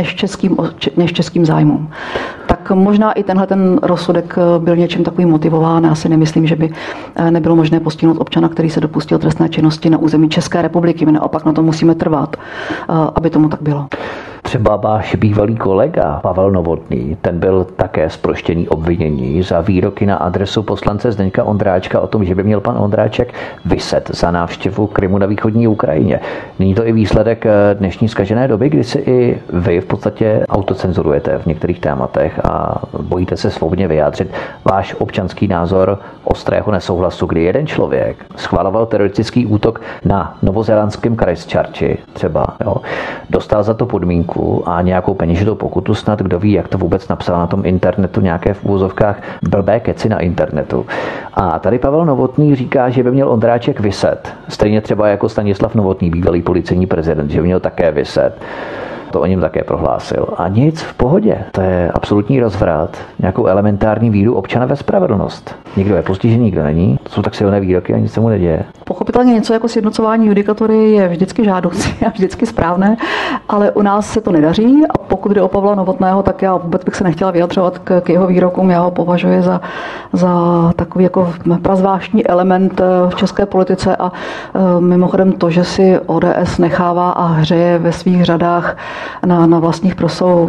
než českým zájmům. Tak možná i tenhle ten rozsudek byl něčím takovým motivován. Já si nemyslím, že by nebylo možné postihnout občana, který se dopustil trestné činnosti na území České republiky. My naopak na to musíme trvat, aby tomu tak bylo. Třeba váš bývalý kolega Pavel Novotný, ten byl také zproštěný obvinění za výroky na adresu poslance Zdeňka Ondráčka o tom, že by měl pan Ondráček viset za návštěvu Krymu na východní Ukrajině. Není to i výsledek dnešní zkažené doby, kdy si i vy v podstatě autocenzurujete v některých tématech a bojíte se svobodně vyjádřit váš občanský názor ostrého nesouhlasu, kdy jeden člověk schvaloval teroristický útok na novozélandském Christchurchi třeba, jo, dostal za to podmínku a nějakou peněžitou pokutu, snad kdo ví, jak to vůbec napsal na tom internetu, nějaké v úvozovkách blbé keci na internetu. A tady Pavel Novotný říká, že by měl Ondráček viset. Stejně třeba jako Stanislav Novotný, bývalý policejní prezident, že by měl také viset. To o něm také prohlásil. A nic, v pohodě. To je absolutní rozvrat. Nějakou elementární víru občana ve spravedlnost. Někdo je postižený, nikdo není. To jsou tak silné výroky a nic se mu neděje. Pochopitelně něco jako sjednocování judikatury je vždycky žádoucí a vždycky správné, ale u nás se to nedaří a pokud jde o Pavla Novotného, tak já vůbec bych se nechtěla vyjadřovat k jeho výrokům. Já ho považuji za takový jako prazvláštní element v české politice a mimochodem to, že si ODS nechává a hřeje ve svých řadách na vlastních prosou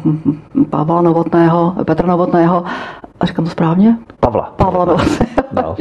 Pavla Novotného, Petra Novotného, a říkám to správně? Pavla Novotného. No.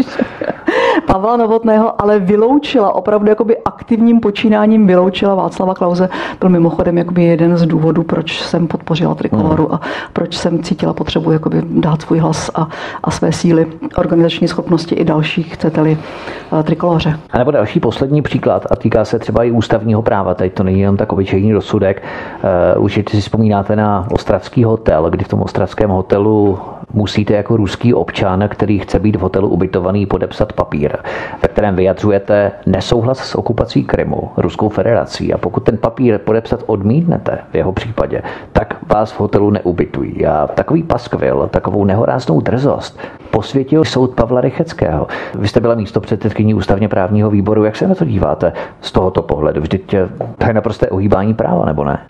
Pavla Novotného, ale vyloučila, opravdu jakoby aktivním počínáním vyloučila Václava Klause. Byl mimochodem jakoby jeden z důvodů, proč jsem podpořila Trikoloru a proč jsem cítila potřebu jakoby dát svůj hlas a své síly, organizační schopnosti i dalších, chcete-li, Trikoloře. A nebo další poslední příklad a týká se třeba i ústavního práva. Teď to není jenom tak obyčejný rozsudek. Určitě si vzpomínáte na ostravský hotel, kdy v tom ostravském hotelu musíte jako ruský občan, který chce být v hotelu ubytovaný, podepsat papír, ve kterém vyjadřujete nesouhlas s okupací Krymu Ruskou federací. A pokud ten papír podepsat odmítnete v jeho případě, tak vás v hotelu neubytují. A takový paskvil, takovou nehoráznou drzost posvětil soud Pavla Rycheckého. Vy jste byla místopředsedkyní ústavně právního výboru. Jak se na to díváte z tohoto pohledu? Vždyť to je naprosté ohýbání práva, nebo ne?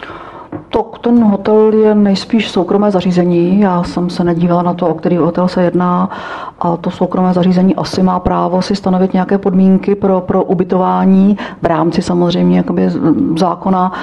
Ten hotel je nejspíš soukromé zařízení. Já jsem se nedívala na to, o který hotel se jedná a to soukromé zařízení asi má právo si stanovit nějaké podmínky pro ubytování v rámci samozřejmě jakoby zákona.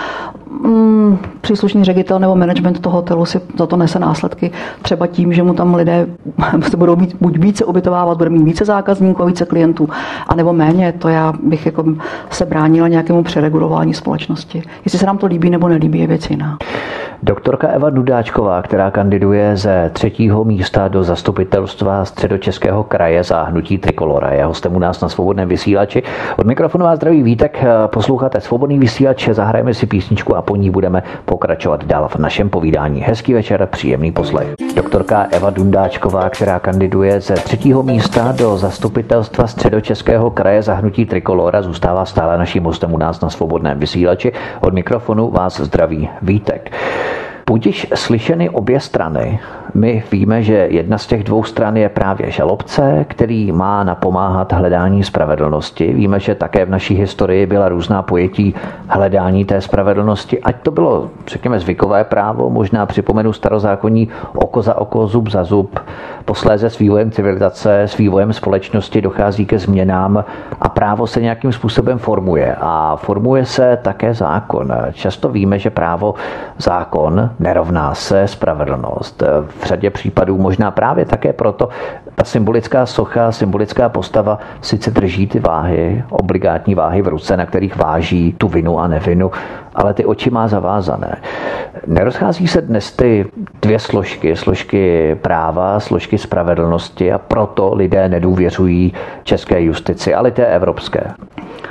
Příslušný ředitel nebo management toho hotelu si za to nese následky třeba tím, že mu tam lidé se budou buď více ubytovávat, bude mít více zákazníků, více klientů, anebo méně. To já bych jako se bránila nějakému přeregulování společnosti. Jestli se nám to líbí nebo nelíbí, je věc jiná. Doktorka Eva Dudáčková, která kandiduje ze 3. místa do zastupitelstva Středočeského kraje za hnutí Trikolora, je hostem u nás na Svobodném vysílači. Od mikrofonu vás zdraví Vítek, posloucháte Svobodný vysílač, zahrajeme si písničku a po ní budeme pokračovat dál v našem povídání. Hezký večer, příjemný poslech. Doktorka Eva Dudáčková, která kandiduje ze 3. místa do zastupitelstva Středočeského kraje za hnutí Trikolora, zůstává stále naším hostem u nás na Svobodném vysílači. Od mikrofonu vás zdraví Vítek. Budiž slyšeny obě strany. My víme, že jedna z těch dvou stran je právě žalobce, který má napomáhat hledání spravedlnosti. Víme, že také v naší historii byla různá pojetí hledání té spravedlnosti. Ať to bylo, řekněme, zvykové právo, možná připomenu starozákonní oko za oko, zub za zub. Posléze s vývojem civilizace, s vývojem společnosti dochází ke změnám a právo se nějakým způsobem formuje. A formuje se také zákon. Často víme, že právo, zákon nerovná se spravedlnost. V řadě případů možná právě také proto ta symbolická socha, symbolická postava sice drží ty váhy, obligátní váhy v ruce, na kterých váží tu vinu a nevinu, ale ty oči má zavázané. Nerozchází se dnes ty dvě složky práva, složky spravedlnosti a proto lidé nedůvěřují české justici, ale té evropské.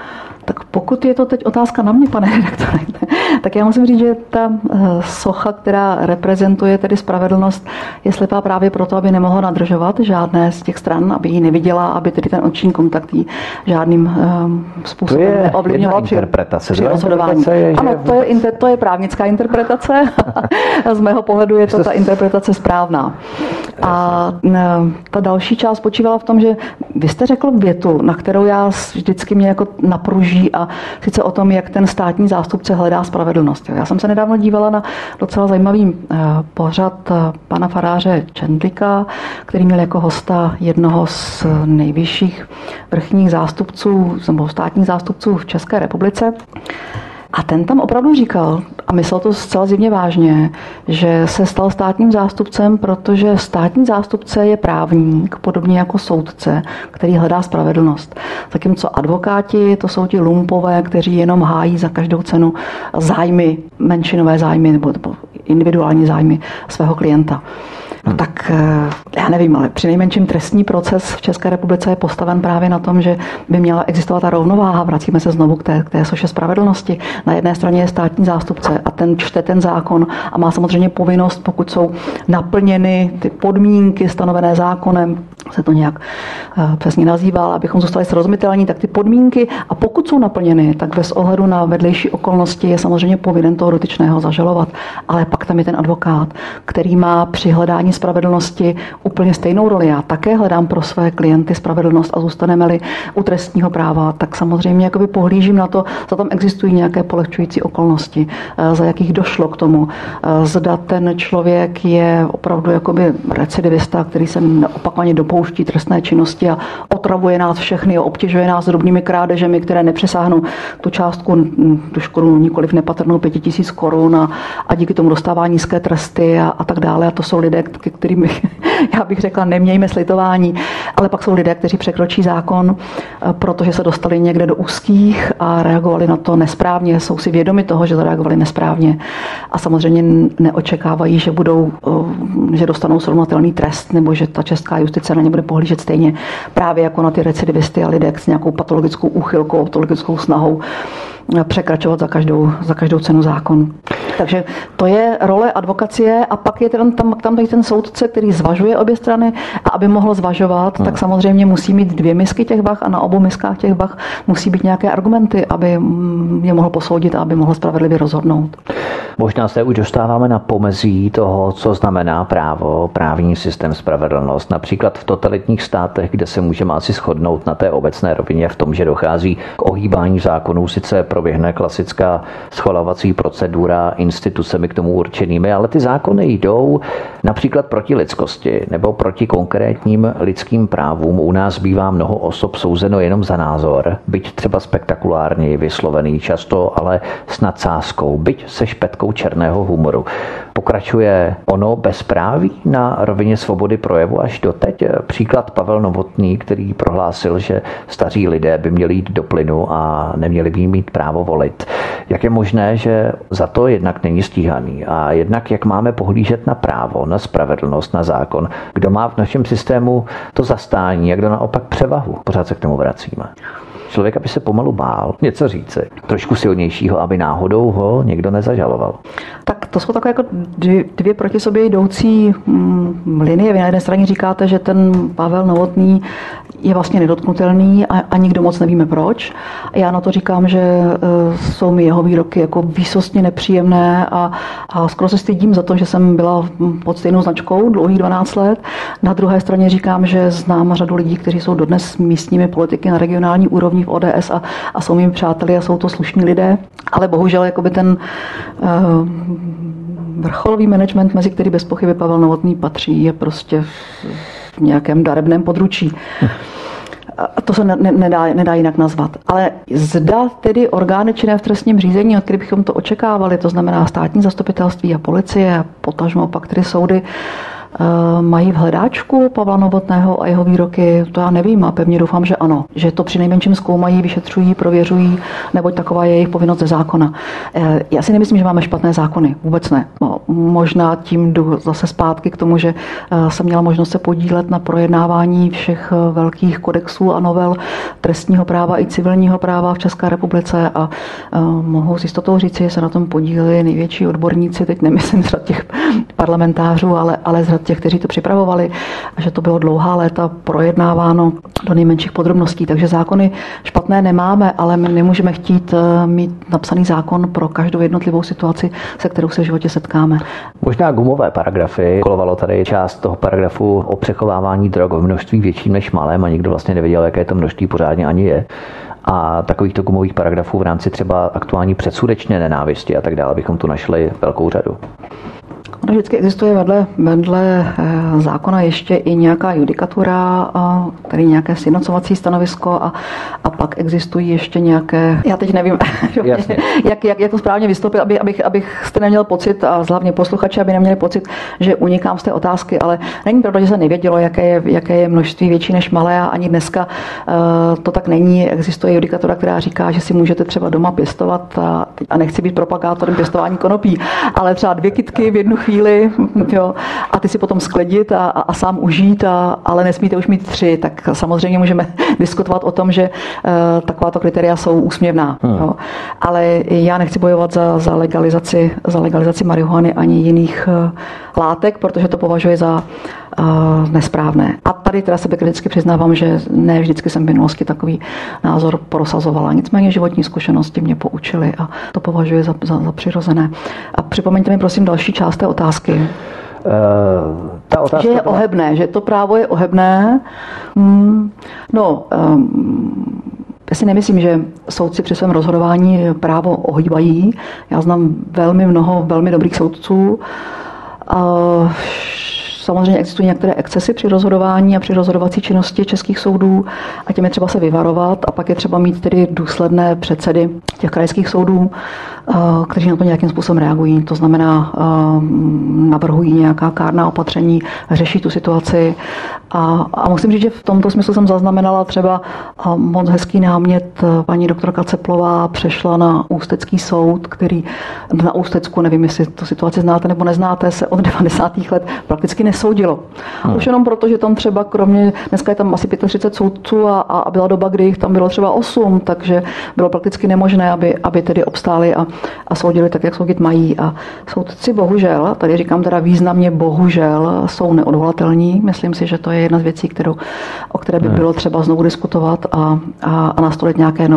Tak pokud je to teď otázka na mě, pane redaktore, tak já musím říct, že ta socha, která reprezentuje tedy spravedlnost, je slepá právě proto, aby nemohla nadržovat žádné z těch stran, aby ji neviděla, aby tedy ten oční kontakt jí žádným způsobem neovlivňoval při rozhodování. Ano, to je právnická interpretace. Z mého pohledu je to ta interpretace správná. A ta další část spočívala v tom, že vy jste řekl větu, na kterou já vždycky mě jako napruží, a sice o tom, jak ten státní zástupce hledá spravedlnost. Já jsem se nedávno dívala na docela zajímavý pořad pana faráře Čendlíka, který měl jako hosta jednoho z nejvyšších vrchních zástupců nebo státních zástupců v České republice. A ten tam opravdu říkal, a myslel to zcela zjevně vážně, že se stal státním zástupcem, protože státní zástupce je právník, podobně jako soudce, který hledá spravedlnost. Zatímco advokáti, to jsou ti lumpové, kteří jenom hájí za každou cenu zájmy, menšinové zájmy nebo individuální zájmy svého klienta. No tak já nevím, ale přinejmenším trestní proces v České republice je postaven právě na tom, že by měla existovat ta rovnováha. Vracíme se znovu k té soše spravedlnosti. Na jedné straně je státní zástupce a ten čte ten zákon a má samozřejmě povinnost, pokud jsou naplněny ty podmínky stanovené zákonem, se to nějak přesně nazývá, abychom zůstali srozumitelní, tak ty podmínky, a pokud jsou naplněny, tak bez ohledu na vedlejší okolnosti je samozřejmě povinen toho dotyčného zažalovat. Ale pak tam je ten advokát, který má při hledání spravedlnosti úplně stejnou roli. Já také hledám pro své klienty spravedlnost a zůstaneme-li u trestního práva, tak samozřejmě jakoby pohlížím na to, zda tam existují nějaké polehčující okolnosti, za jakých došlo k tomu. Zda ten člověk je opravdu jakoby recidivista, který se opakovaně dopouští trestné činnosti a otravuje nás všechny a obtěžuje nás drobnými krádežemi, které nepřesáhnou tu částku, tu škodu nikoliv nepatrnou 5 000 korun a díky tomu dostává nízké tresty a tak dále. A to jsou lidé, ke kterým já bych řekla, nemějme slitování, ale pak jsou lidé, kteří překročí zákon, protože se dostali někde do úzkých a reagovali na to nesprávně, jsou si vědomi toho, že zareagovali nesprávně a samozřejmě neočekávají, že dostanou srovnatelný trest nebo že ta česká justice na ně bude pohlížet stejně právě jako na ty recidivisty a lidé s nějakou patologickou úchylkou, patologickou snahou překračovat za každou cenu zákon. Takže to je role advokacie a pak je tam ten soudce, který zvažuje obě strany a aby mohl zvažovat, tak samozřejmě musí mít 2 misky těch vah a na obou miskách těch vah musí být nějaké argumenty, aby je mohl posoudit a aby mohl spravedlivě rozhodnout. Možná se už dostáváme na pomezí toho, co znamená právo, právní systém, spravedlnost. Například v totalitních státech, kde se můžeme asi shodnout na té obecné rovině v tom, že dochází k ohýbání zákonů, sice proběhne klasická schvalovací procedura institucemi k tomu určenými, ale ty zákony jdou například proti lidskosti nebo proti konkrétním lidským právům. U nás bývá mnoho osob souzeno jenom za názor, byť třeba spektakulárně vyslovený, často ale s nadsázkou, byť se špetkou černého humoru. Pokračuje ono bezpráví na rovině svobody projevu až doteď. Příklad Pavel Novotný, který prohlásil, že staří lidé by měli jít do plynu a neměli by mít právo volit. Jak je možné, že za to jednak není stíhaný a jednak jak máme pohlížet na právo, na spravedlnost, na zákon, kdo má v našem systému to zastání a kdo naopak převahu. Pořád se k tomu vracíme. Člověk by se pomalu bál něco říci, trošku silnějšího, aby náhodou ho někdo nezažaloval. Tak to jsou takové jako dvě proti sobě jdoucí linie. Vy na jedné straně říkáte, že ten Pavel Novotný je vlastně nedotknutelný a nikdo moc nevíme proč. Já na to říkám, že jsou mi jeho výroky jako výsostně nepříjemné a skoro se stydím za to, že jsem byla pod stejnou značkou dlouhých 12 let. Na druhé straně říkám, že znám řadu lidí, kteří jsou dodnes místními politiky na regionální úrovni v ODS a jsou mými přáteli a jsou to slušní lidé, ale bohužel jakoby ten vrcholový management, mezi který bez pochyby Pavel Novotný patří, je prostě v nějakém darebném područí. A to se nedá jinak nazvat. Ale zda tedy orgány činné v trestním řízení, od kterých bychom to očekávali, to znamená státní zastupitelství a policie, potažmo pak tedy soudy, mají v hledáčku Pavla Novotného a jeho výroky? To já nevím a pevně doufám, že ano. Že to přinejmenším zkoumají, vyšetřují, prověřují, neboť taková je jejich povinnost ze zákona. Já si nemyslím, že máme špatné zákony. Vůbec ne. No, možná tím jdu zase zpátky k tomu, že jsem měla možnost se podílet na projednávání všech velkých kodexů a novel trestního práva i civilního práva v České republice a mohu s jistotou říci, že se na tom podíleli největší odborníci, teď nemyslím z řad těch parlamentářů, ale z řad těch, kteří to připravovali a že to bylo dlouhá léta projednáváno do nejmenších podrobností. Takže zákony špatné nemáme, ale my nemůžeme chtít mít napsaný zákon pro každou jednotlivou situaci, se kterou se v životě setkáme. Možná gumové paragrafy. Kolovalo tady část toho paragrafu o přechovávání drog v množství větším než malém a nikdo vlastně nevěděl, jaké to množství pořádně ani je. A takovýchto gumových paragrafů v rámci třeba aktuální předsudečné nenávisti a tak dále bychom tu našli velkou řadu. Ono vždycky existuje vedle zákona ještě i nějaká judikatura, tedy nějaké sjednocovací stanovisko a pak existují ještě nějaké, já teď nevím, jak to správně vystoupit, abych jste neměl pocit a hlavně posluchači, aby neměli pocit, že unikám z té otázky, ale není pravda, že se nevědělo, jaké je množství větší než malé a ani dneska to tak není. Existuje judikatura, která říká, že si můžete třeba doma pěstovat a nechci být propagátorem pěstování konopí, ale třeba 2 kytky v jednu chvíli, jo, a ty si potom skledit a sám užít, ale nesmíte už mít 3, tak samozřejmě můžeme diskutovat o tom, že takováto kritéria jsou úsměvná. Jo. Ale já nechci bojovat za legalizaci marihuany ani jiných látek, protože to považuji za nesprávné. A tady teda sebekriticky přiznávám, že ne vždycky jsem v minulosti takový názor prosazovala. Nicméně životní zkušenosti mě poučily a to považuji za přirozené. A připomeňte mi prosím další část té otázky. Ta otázka že je ohebné, že to právo je ohebné. Já si nemyslím, že soudci při svém rozhodování právo ohýbají. Já znám velmi dobrých soudců. Samozřejmě existují některé excesy při rozhodování a při rozhodovací činnosti českých soudů a těm je třeba se vyvarovat a pak je třeba mít tedy důsledné předsedy těch krajských soudů, kteří na to nějakým způsobem reagují. To znamená, navrhují nějaká kárná opatření, řeší tu situaci a musím říct, že v tomto smyslu jsem zaznamenala třeba moc hezký námět. Paní doktorka Ceplová přešla na Ústecký soud, který na Ústecku, nevím, jestli tu situaci znáte nebo neznáte, se od 90. let prakticky nesoudilo. Už jenom proto, že tam třeba kromě, dneska je tam asi 35 soudců a byla doba, kdy jich tam bylo třeba 8, takže bylo prakticky nemožné, aby tedy obstáli a soudili tak, jak soudit mají. A soudci bohužel, tady říkám teda významně bohužel, jsou neodvolatelní. Myslím si, že to je jedna z věcí, o které by bylo třeba znovu diskutovat a nastolit nějaké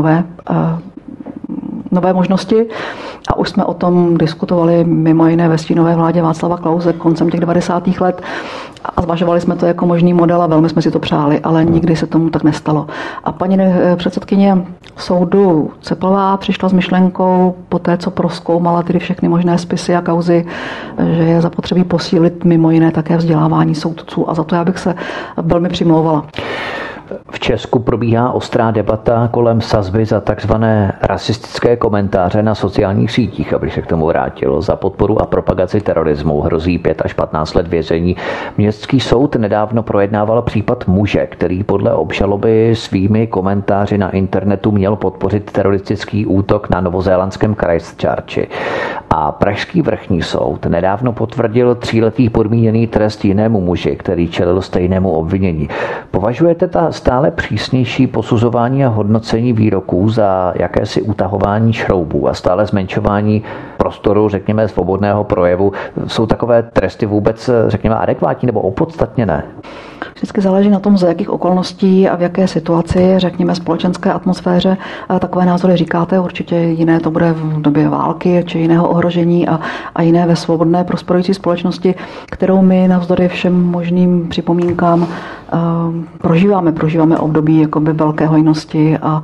nové možnosti. A už jsme o tom diskutovali mimo jiné ve stínové vládě Václava Klause koncem těch 90. let a zvažovali jsme to jako možný model a velmi jsme si to přáli, ale nikdy se tomu tak nestalo. A paní předsedkyně soudu Ceplová přišla s myšlenkou po té, co prozkoumala tedy všechny možné spisy a kauzy, že je zapotřebí posílit mimo jiné také vzdělávání soudců a za to já bych se velmi přimlouvala. V Česku probíhá ostrá debata kolem sazby za takzvané rasistické komentáře na sociálních sítích, aby se k tomu vrátilo. Za podporu a propagaci terorismu hrozí 5 až 15 let vězení. Městský soud nedávno projednával případ muže, který podle obžaloby svými komentáři na internetu měl podpořit teroristický útok na novozélandském Christchurchi. A pražský vrchní soud nedávno potvrdil 3letý podmíněný trest jinému muži, který čelil stejnému obvinění. Považujete ta stále přísnější posuzování a hodnocení výroků za jakési utahování šroubů a stále zmenšování prostoru, řekněme, svobodného projevu? Jsou takové tresty vůbec, řekněme, adekvátní nebo opodstatněné? Vždycky záleží na tom, za jakých okolností a v jaké situaci, řekněme, společenské atmosféře takové názory říkáte. Určitě jiné to bude v době války či jiného ohrožení a jiné ve svobodné prosperující společnosti, kterou my navzdory všem možným připomínkám prožíváme období jakoby velké hojnosti a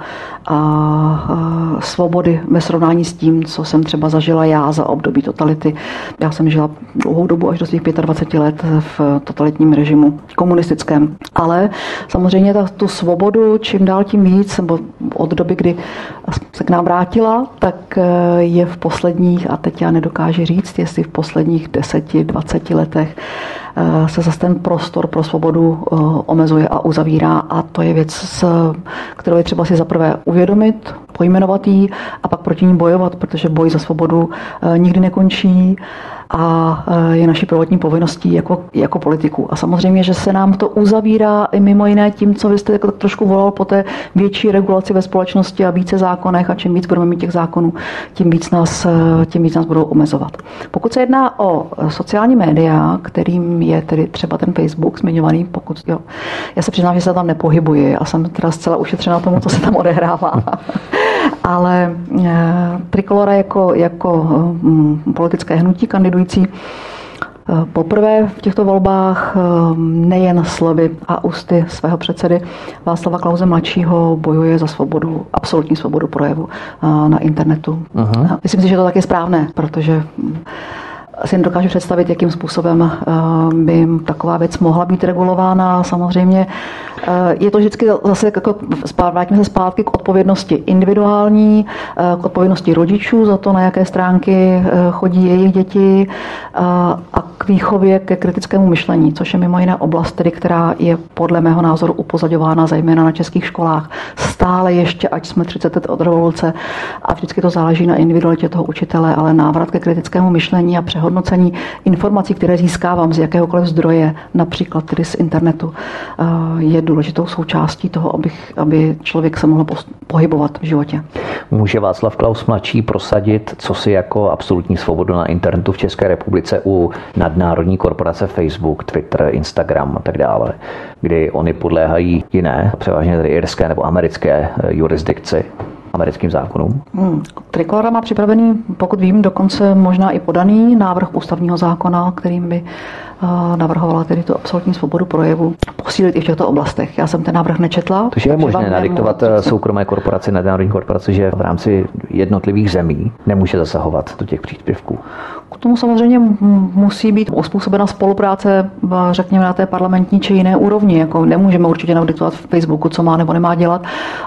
svobody ve srovnání s tím, co jsem třeba zažila já za období totality. Já jsem žila dlouhou dobu až do svých 25 let v totalitním režimu komunistickém. Ale samozřejmě tu svobodu čím dál tím víc, nebo od doby, kdy se k nám vrátila, tak je v posledních, a teď já nedokážu říct, jestli v posledních 10-20 letech se zase ten prostor pro svobodu omezuje a uzavírá a to je věc, kterou je třeba si zaprvé uvědomit, pojmenovat ji a pak proti ní bojovat, protože boj za svobodu nikdy nekončí a je naší prvotní povinností jako politiků. A samozřejmě, že se nám to uzavírá i mimo jiné tím, co vy jste jako trošku volal po té větší regulaci ve společnosti a více zákonech a čím víc budeme mít těch zákonů, tím víc nás budou omezovat. Pokud se jedná o sociální média, kterým je tedy třeba ten Facebook zmiňovaný, já se přiznám, že se tam nepohybuji a jsem teda zcela ušetřena tomu, co se tam odehrává. Ale Trikolora jako politické hnutí kandidující poprvé v těchto volbách nejen slovy a ústy svého předsedy Václava Klause mladšího bojuje za svobodu, absolutní svobodu projevu na internetu. Aha. Myslím si, že to tak je správné, protože si nedokážu představit, jakým způsobem by taková věc mohla být regulována. Samozřejmě je to vždycky zase, jako vrátíme se zpátky k odpovědnosti individuální, k odpovědnosti rodičů za to, na jaké stránky chodí jejich děti a k výchově ke kritickému myšlení, což je mimo jiné oblast, tedy, která je podle mého názoru upozaďována zejména na českých školách. Stále ještě, ať jsme 30 let od revoluce a vždycky to záleží na individualitě toho učitele, ale návrat ke kritickému myšlení a přehodnocení informací, které získávám z jakéhokoliv zdroje, například tedy z internetu, je důležitou součástí toho, aby člověk se mohl pohybovat v životě. Může Václav Klaus mladší prosadit, co si jako absolutní svobodu na internetu v České republice u nadnárodní korporace Facebook, Twitter, Instagram a tak dále, kdy oni podléhají jiné, převážně tedy irské nebo americké jurisdikci, americkým zákonům? Trikolora má připravený, pokud vím, dokonce možná i podaný návrh ústavního zákona, kterým by navrhovala tedy tu absolutní svobodu projevu posílit i v těchto oblastech. Já jsem ten návrh nečetla. Takže je možné nadiktovat soukromé korporaci, nadnárodní korporaci, že v rámci jednotlivých zemí nemůže zasahovat do těch příspěvků. K tomu samozřejmě musí být uspůsobena spolupráce, řekněme, na té parlamentní či jiné úrovni. Jako nemůžeme určitě nadiktovat v Facebooku, co má nebo nemá dělat.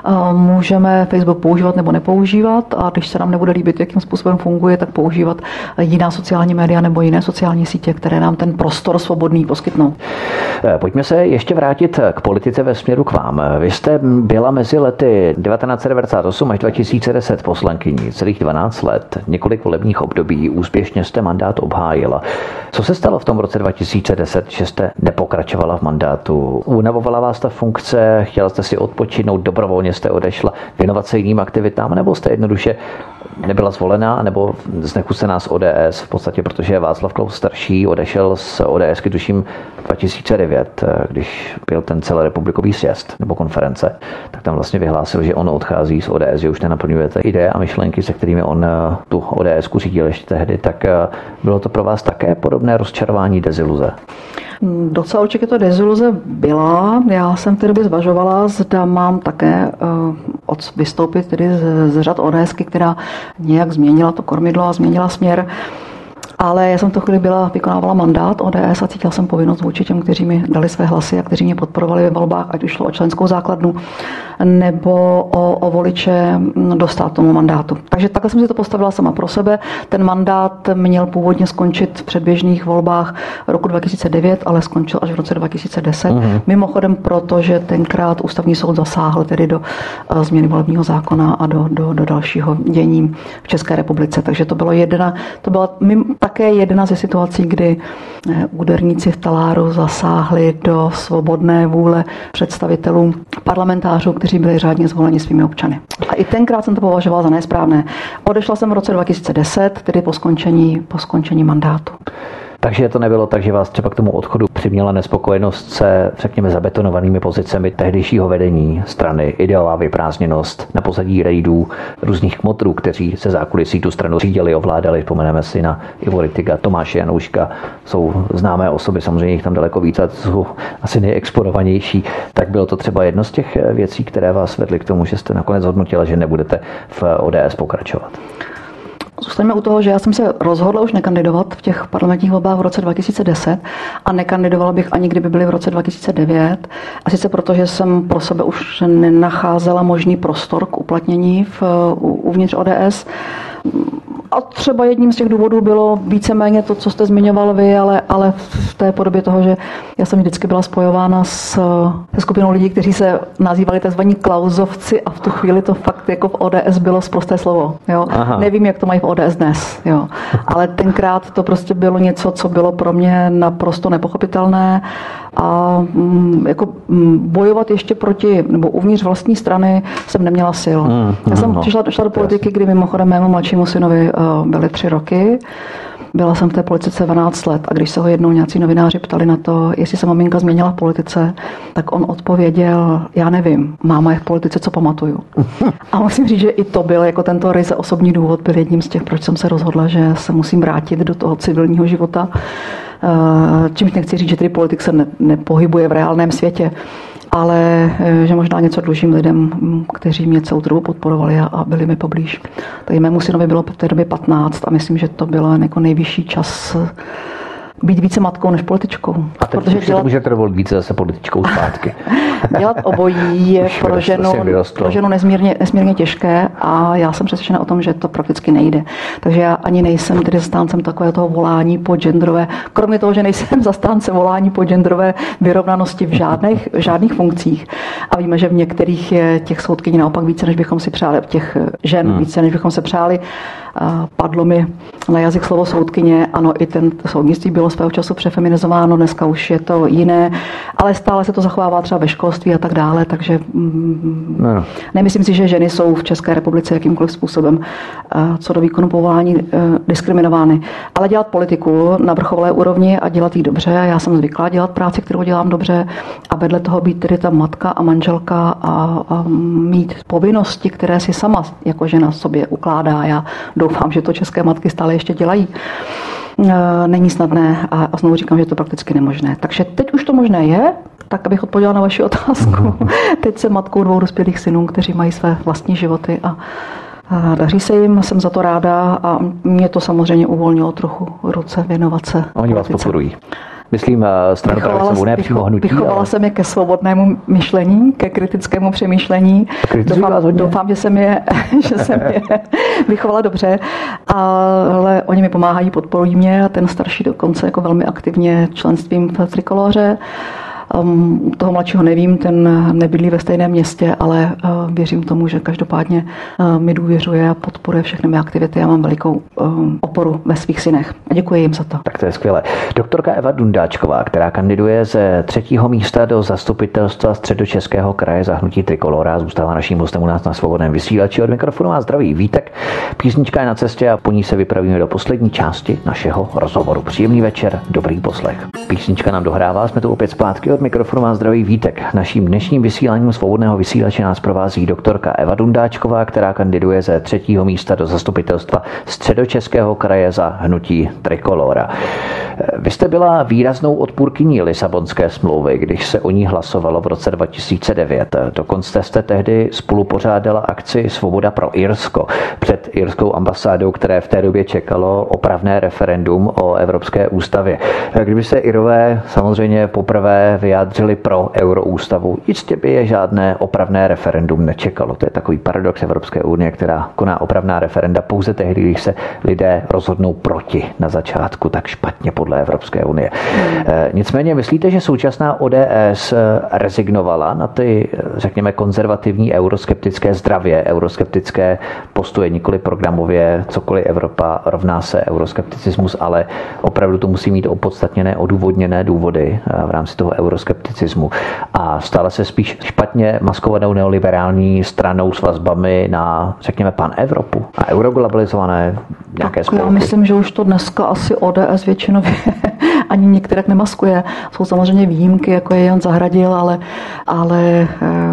Můžeme Facebook používat nebo nepoužívat a když se nám nebude líbit, jakým způsobem funguje, tak používat jiná sociální média nebo jiné sociální sítě, které nám ten prostor svobodný poskytnou. Pojďme se ještě vrátit k politice ve směru k vám. Vy jste byla mezi lety 1998 až 2010 poslankyní, celých 12 let, několik volebních období, úspěšně jste mandát obhájila. Co se stalo v tom roce 2010, že jste nepokračovala v mandátu? Unavovala vás ta funkce, chtěla jste si odpočinout, dobrovolně jste odešla, věnovat se jiným aktivitám, nebo jste jednoduše nebyla zvolená, nebo znechucená z ODS v podstatě, protože Václav Klaus starší odešel z ODSky, tuším 2009, když byl ten celorepublikový sjezd nebo konference, tak tam vlastně vyhlásil, že on odchází z ODS, že už nenaplňuje ty ideje a myšlenky, se kterými on tu ODSku řídil ještě tehdy, tak bylo to pro vás také podobné rozčarování, deziluze? Docela určitě to deziluze byla. Já jsem v té době zvažovala, zda mám také vystoupit tedy z řad ODSky, která nějak změnila to kormidlo a změnila směr. Ale já jsem to chvíli vykonávala mandát ODS a cítila jsem povinnost vůči těm, kteří mi dali své hlasy a kteří mě podporovali ve volbách, ať už šlo o členskou základnu nebo o voliče, dostat tomu mandátu. Takže takhle jsem si to postavila sama pro sebe. Ten mandát měl původně skončit v předběžných volbách roku 2009, ale skončil až v roce 2010. Mimochodem proto, že tenkrát ústavní soud zasáhl tedy do změny volebního zákona a do dalšího dění v České republice. Takže to byla také jedna ze situací, kdy úderníci v taláru zasáhli do svobodné vůle představitelů parlamentářů, kteří byli řádně zvoleni svými občany. A i tenkrát jsem to považovala za nesprávné. Odešla jsem v roce 2010, tedy po skončení mandátu. Takže to nebylo tak, že vás třeba k tomu odchodu přiměla nespokojenost se, řekněme, zabetonovanými pozicemi tehdejšího vedení strany, ideová vyprázdněnost na pozadí rejdů různých kmotrů, kteří se zákulisí tu stranu řídili, ovládali. Vzpomeneme si na Ivo Rittiga, Tomáše Janouška, jsou známé osoby, samozřejmě jich tam daleko víc a jsou asi nejexponovanější. Tak bylo to třeba jedno z těch věcí, které vás vedly k tomu, že jste nakonec hodnotila, že nebudete v ODS pokračovat. Zůstaňme u toho, že já jsem se rozhodla už nekandidovat v těch parlamentních volbách v roce 2010 a nekandidovala bych ani kdyby byly v roce 2009. A sice proto, že jsem pro sebe už nenacházela možný prostor k uplatnění uvnitř ODS. A třeba jedním z těch důvodů bylo víceméně to, co jste zmiňoval vy, ale v té podobě toho, že já jsem vždycky byla spojována se skupinou lidí, kteří se nazývali tzv. Klausovci a v tu chvíli to fakt jako v ODS bylo sprosté slovo. Jo? Nevím, jak to mají v ODS dnes, jo? Ale tenkrát to prostě bylo něco, co bylo pro mě naprosto nepochopitelné a jako bojovat ještě proti, nebo uvnitř vlastní strany jsem neměla sil. Já jsem šla do politiky, kdy mimochodem mému mladšímu synovi byly 3 roky. Byla jsem v té politice 12 let a když se ho jednou nějací novináři ptali na to, jestli se maminka změnila v politice, tak on odpověděl, já nevím, máma je v politice, co pamatuju. A musím říct, že i to byl jako tento ryze osobní důvod, byl jedním z těch, proč jsem se rozhodla, že se musím vrátit do toho civilního života. Čímž nechci říct, že tedy politik se nepohybuje v reálném světě, ale že možná něco dlužím lidem, kteří mě celou dobu podporovali a byli mi poblíž. Takže mému synovi bylo v té době 15 a myslím, že to byl jako nejvyšší čas být více matkou než političkou. A teď protože si můžete dovolit více zase političkou zpátky. Dělat obojí je pro ženu nesmírně těžké a já jsem přesvědčena o tom, že to prakticky nejde. Takže já ani nejsem tedy zastáncem takového toho volání po genderové, kromě toho, že nejsem zastánce volání po genderové vyrovnanosti v žádných funkcích. A víme, že v některých je těch soudkyní naopak více, než bychom si přáli, těch žen více, než bychom se přáli. Padlo mi na jazyk slovo soudkyně, ano, i ten soudnictví bylo svého času přefeminizováno, dneska už je to jiné, ale stále se to zachovává třeba ve školství a tak dále, takže nemyslím si, že ženy jsou v České republice jakýmkoliv způsobem co do výkonu povolání diskriminovány. Ale dělat politiku na vrcholové úrovni a dělat ji dobře, já jsem zvyklá dělat práci, kterou dělám dobře a vedle toho být tedy ta matka a manželka a mít povinnosti, které si sama jako žena sobě ukládá. Já doufám, že to české matky stále ještě dělají. Není snadné a znovu říkám, že je to prakticky nemožné. Takže teď už to možné je, tak abych odpověděla na vaši otázku. Teď jsem matkou 2 dospělých synů, kteří mají své vlastní životy a daří se jim, jsem za to ráda a mě to samozřejmě uvolnilo trochu ruce věnovat se politice. Oni vás podporují. Myslím, stranu pravicovou, ne přímo hnutí. Vychovala jsem je ke svobodnému myšlení, ke kritickému přemýšlení. Doufám, že jsem je vychovala dobře, ale oni mi pomáhají, podporují mě a ten starší dokonce jako velmi aktivně členstvím v Trikoloře. Toho mladšího nevím, ten nebydlí ve stejném městě, ale věřím tomu, že každopádně mi důvěřuje a podporuje všechny mé aktivity. Já mám velikou oporu ve svých synech. A děkuji jim za to. Tak to je skvělé. Doktorka Eva Dundáčková, která kandiduje ze 3. místa do zastupitelstva Středočeského kraje za hnutí Trikolora, zůstává naším hostem u nás na Svobodném vysílači. Od mikrofonu vás zdraví Vítek. Písnička je na cestě a po ní se vypravíme do poslední části našeho rozhovoru. Příjemný večer, dobrý poslech. Písnička nám dohrává, jsme tu opět zpátky. Od mikrofonu vás zdraví Vítek. Naším dnešním vysíláním Svobodného vysílače nás provází doktorka Eva Dundáčková, která kandiduje ze 3. místa do zastupitelstva Středočeského kraje za hnutí Trikolora. Vy jste byla výraznou odpůrkyní Lisabonské smlouvy, když se o ní hlasovalo v roce 2009. Dokonce jste tehdy spolupořádala akci Svoboda pro Irsko před irskou ambasádou, které v té době čekalo opravné referendum o Evropské ústavě. Kdyby se Irové samozřejmě poprvé vyjádřili pro euroústavu, jistě by je žádné opravné referendum nečekalo. To je takový paradox Evropské unie, která koná opravná referenda pouze tehdy, když se lidé rozhodnou proti na začátku, tak špatně podle Evropské unie. Nicméně myslíte, že současná ODS rezignovala na ty, řekněme, konzervativní euroskeptické, zdravě euroskeptické postoje, nikoli programově, cokoliv Evropa rovná se euroskepticismus, ale opravdu to musí mít opodstatněné, odůvodněné důvody v rámci toho euroskepticismu a stala se spíš špatně maskovanou neoliberální stranou s vazbami na, řekněme, pan-Evropu a euroglobalizované nějaké spolky? Já myslím, že už to dneska asi ODS většinově ani některak nemaskuje. Jsou samozřejmě výjimky, jako je Jan Zahradil, ale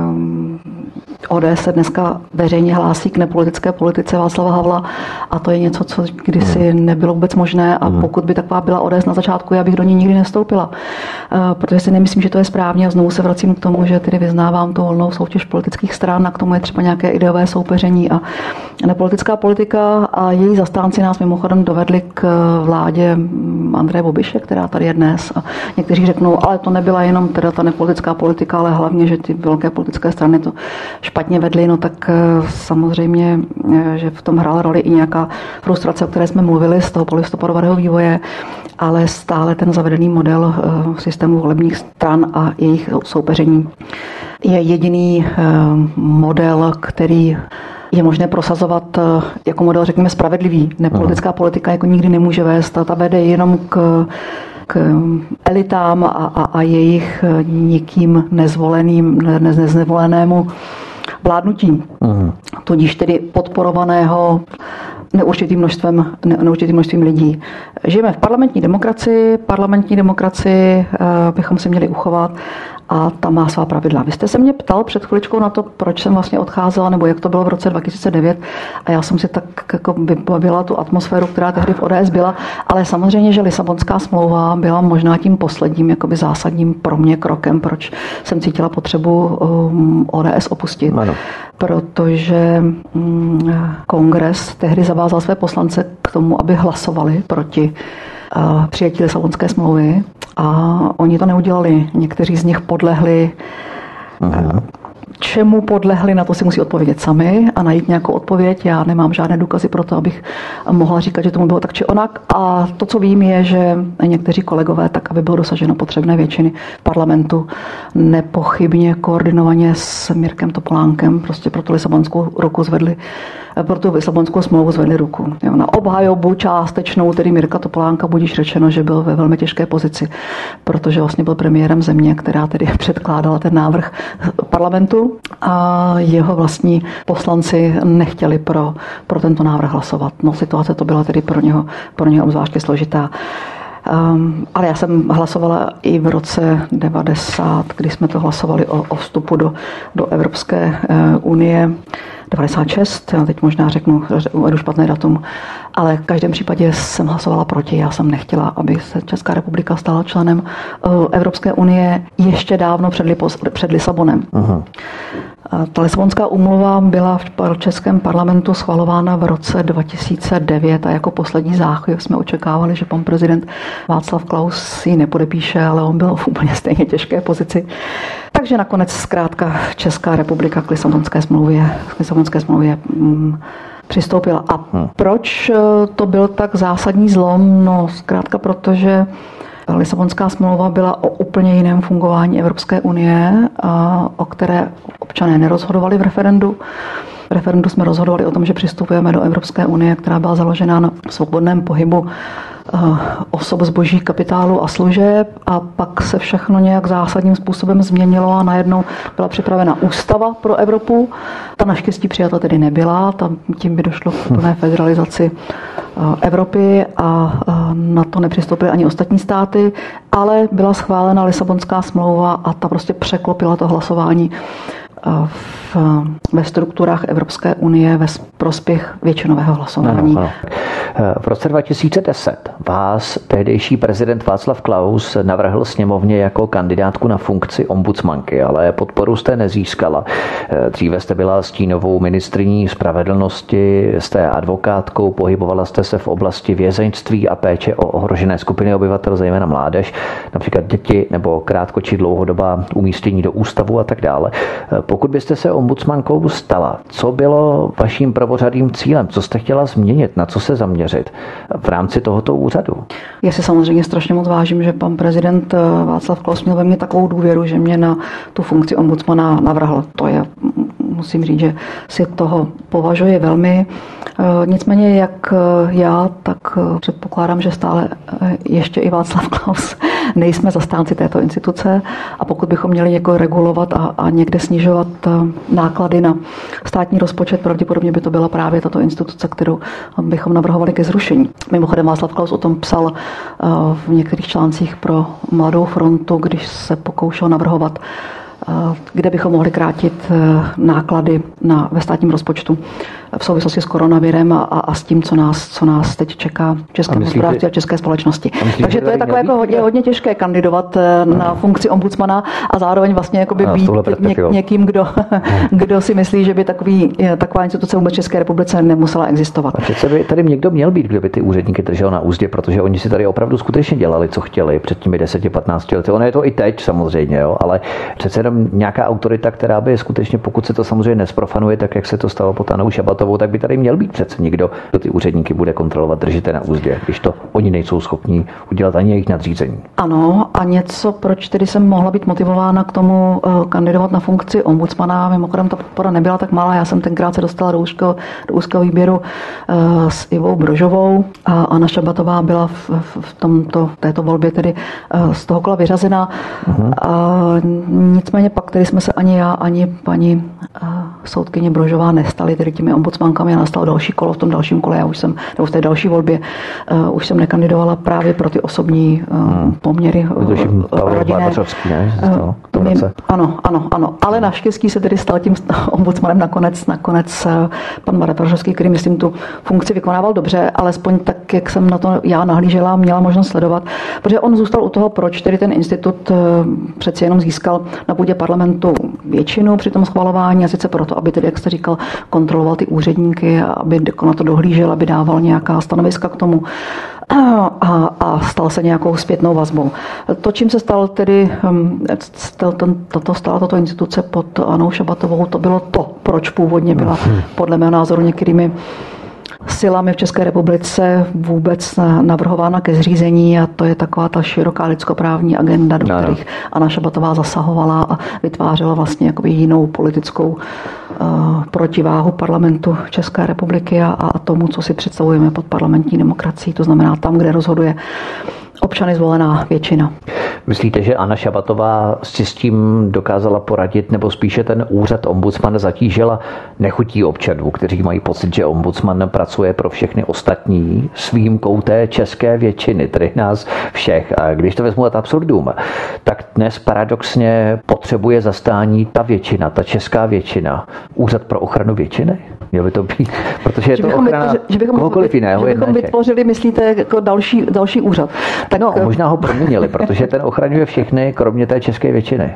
ODS se dneska veřejně hlásí k nepolitické politice Václava Havla a to je něco, co kdysi nebylo vůbec možné a pokud by taková byla ODS na začátku, já bych do ní nikdy nestoupila. Protože si nemyslím, že to je správně a znovu se vracím k tomu, že tedy vyznávám tu volnou soutěž politických stran a k tomu je třeba nějaké ideové soupeření a nepolitická politika a její zastánci nás mimochodem dovedli k vládě Andreje Babiše, která tady je dnes a někteří řeknou, ale to nebyla jenom teda ta nepolitická politika, ale hlavně, že ty velké politické strany to špatně vedli, no tak samozřejmě, že v tom hrála roli i nějaká frustrace, o které jsme mluvili z toho polistopadového vývoje, ale stále ten zavedený model systému volebních stran a jejich soupeření je jediný model, který je možné prosazovat jako model, řekněme, spravedlivý. Nepolitická politika jako nikdy nemůže vést, ta vede jenom k elitám a jejich nikým nezvolenému vládnutí. Tudíž tedy podporovaného neurčitým množstvím lidí. Žijeme v parlamentní demokracii bychom si měli uchovat a ta má svá pravidla. Vy jste se mě ptal před chviličkou na to, proč jsem vlastně odcházela, nebo jak to bylo v roce 2009 a já jsem si tak jako vybavila tu atmosféru, která tehdy v ODS byla, ale samozřejmě, že Lisabonská smlouva byla možná tím posledním jakoby zásadním pro mě krokem, proč jsem cítila potřebu ODS opustit. Ano. Protože kongres tehdy zavázal své poslance k tomu, aby hlasovali proti přijetí Lisabonské smlouvy a oni to neudělali. Někteří z nich podlehli. Čemu podlehli, na to si musí odpovědět sami a najít nějakou odpověď. Já nemám žádné důkazy pro to, abych mohla říkat, že tomu bylo tak či onak. A to, co vím, je, že někteří kolegové, tak aby bylo dosaženo potřebné většiny parlamentu, nepochybně koordinovaně s Mirkem Topolánkem, prostě pro tu Lisabonskou smlouvu zvedli ruku. Na obhajobu částečnou, tedy Mirka Topolánka, budíš řečeno, že byl ve velmi těžké pozici, protože vlastně byl premiérem země, která tedy předkládala ten návrh parlamentu a jeho vlastní poslanci nechtěli pro tento návrh hlasovat. No, situace to byla tedy pro něho obzvláště složitá. Ale já jsem hlasovala i v roce 90, kdy jsme to hlasovali o vstupu do Evropské unie. 96, já teď možná uvedu špatné datum, ale v každém případě jsem hlasovala proti. Já jsem nechtěla, aby se Česká republika stala členem Evropské unie ještě dávno před Lisabonem. Aha. Ta Lisabonská úmluva byla v českém parlamentu schvalována v roce 2009 a jako poslední záchvěv jsme očekávali, že pan prezident Václav Klaus ji nepodepíše, ale on byl v úplně stejně těžké pozici. Takže nakonec zkrátka Česká republika k Lisabonské smlouvě přistoupila. A proč to byl tak zásadní zlom? No zkrátka protože Lisabonská smlouva byla o úplně jiném fungování Evropské unie, o které občané nerozhodovali v referendu. V referendu jsme rozhodovali o tom, že přistupujeme do Evropské unie, která byla založena na svobodném pohybu osob, zboží, kapitálu a služeb a pak se všechno nějak zásadním způsobem změnilo a najednou byla připravena ústava pro Evropu. Ta naštěstí přijata tedy nebyla, tím by došlo k plné federalizaci Evropy a na to nepřistoupily ani ostatní státy, ale byla schválena Lisabonská smlouva a ta prostě překlopila to hlasování ve strukturách Evropské unie ve prospěch většinového hlasování. Ano. V roce 2010 vás tehdejší prezident Václav Klaus navrhl sněmovně jako kandidátku na funkci ombudsmanky, ale podporu jste nezískala. Dříve jste byla stínovou ministryní spravedlnosti, jste advokátkou, pohybovala jste se v oblasti vězeňství a péče o ohrožené skupiny obyvatel, zejména mládež, například děti nebo krátko či dlouhodobá umístění do ústavu a tak dále. Pokud byste se ombudsmankou stala, co bylo vaším prvořadým cílem? Co jste chtěla změnit? Na co se zaměřit v rámci tohoto úřadu? Já si samozřejmě strašně moc vážím, že pan prezident Václav Klaus měl ve mně takovou důvěru, že mě na tu funkci ombudsmana navrhl. To je, musím říct, že si toho považuji velmi. Nicméně jak já, tak předpokládám, že stále ještě i Václav Klaus nejsme zastánci této instituce a pokud bychom měli někoho regulovat a někde snižovat náklady na státní rozpočet, pravděpodobně by to byla právě tato instituce, kterou bychom navrhovali ke zrušení. Mimochodem Václav Klaus o tom psal v některých článcích pro Mladou frontu, když se pokoušel navrhovat, kde bychom mohli krátit náklady ve státním rozpočtu. v souvislosti s koronavirem a s tím, co nás teď čeká v českém hospodářství a v české společnosti. Takže to je takové jako hodně těžké kandidovat na funkci ombudsmana a zároveň vlastně jakoby být někým, kdo si myslí, že by taková instituce vůbec v České republice nemusela existovat. A přece by tady někdo měl být, kdo by ty úředníky držel na úzdě, protože oni si tady opravdu skutečně dělali, co chtěli před těmi 10-15 lety. Ono je to i teď samozřejmě, jo, ale přece jenom nějaká autorita, která by skutečně, pokud se to samozřejmě nesprofanuje, tak jak se to stalo pod Annou Šabatovou, tak by tady měl být přece někdo, kdo ty úředníky bude kontrolovat, držíte na úzdě, když to oni nejsou schopní udělat ani jejich nadřízení. Ano, a něco, proč tedy jsem mohla být motivována k tomu kandidovat na funkci ombudsmana. Mimochodem ta podpora nebyla tak malá, já jsem tenkrát se dostala do úzkého výběru s Ivou Brožovou a Anna Šabatová byla v této volbě tedy z toho kola vyřazena. Nicméně pak tedy jsme se ani já, ani paní soudkyně Brožová nestali tedy těmi ombudsmankami a nastalo další kolo. V tom dalším kole v té další volbě už jsem nekandidovala právě pro ty osobní poměry rodinné. Ano. Ale naštěstí se tedy stal tím ombudsmanem nakonec pan Bartošovský, který myslím tu funkci vykonával dobře, alespoň tak, jak jsem na to já nahlížela, měla možnost sledovat, protože on zůstal u toho, proč tedy ten institut přeci jenom získal na půdě parlamentu většinu při tom schvalování, a sice proto, aby tedy, jak jste říkal, kontroloval ty úředníky, aby na to dohlížel, aby dával nějaká stanoviska k tomu a stal se nějakou zpětnou vazbou. To, čím se stal tedy tato instituce pod Annou Šabatovou, to bylo to, proč původně byla podle mého názoru některými silami v České republice vůbec navrhována ke zřízení, a to je taková ta široká lidskoprávní agenda, do kterých Anna Šabatová zasahovala a vytvářela vlastně jakoby jinou politickou protiváhu parlamentu České republiky a tomu, co si představujeme pod parlamentní demokracií, to znamená tam, kde rozhoduje občany zvolená většina. Myslíte, že Anna Šabatová si s tím dokázala poradit, nebo spíše ten úřad ombudsmana zatížila nechutí občanů, kteří mají pocit, že ombudsman pracuje pro všechny ostatní s výjimkou té české většiny, tedy nás všech. A když to vezmu ad absurdum, tak dnes paradoxně potřebuje zastání ta většina, ta česká většina, úřad pro ochranu většiny? Měl by to být, protože je to ochrana kohokoliv jiného. Že bychom vytvořili, myslíte, jako další úřad. Tak no, možná ho proměnili, protože ten ochraňuje všechny, kromě té české většiny.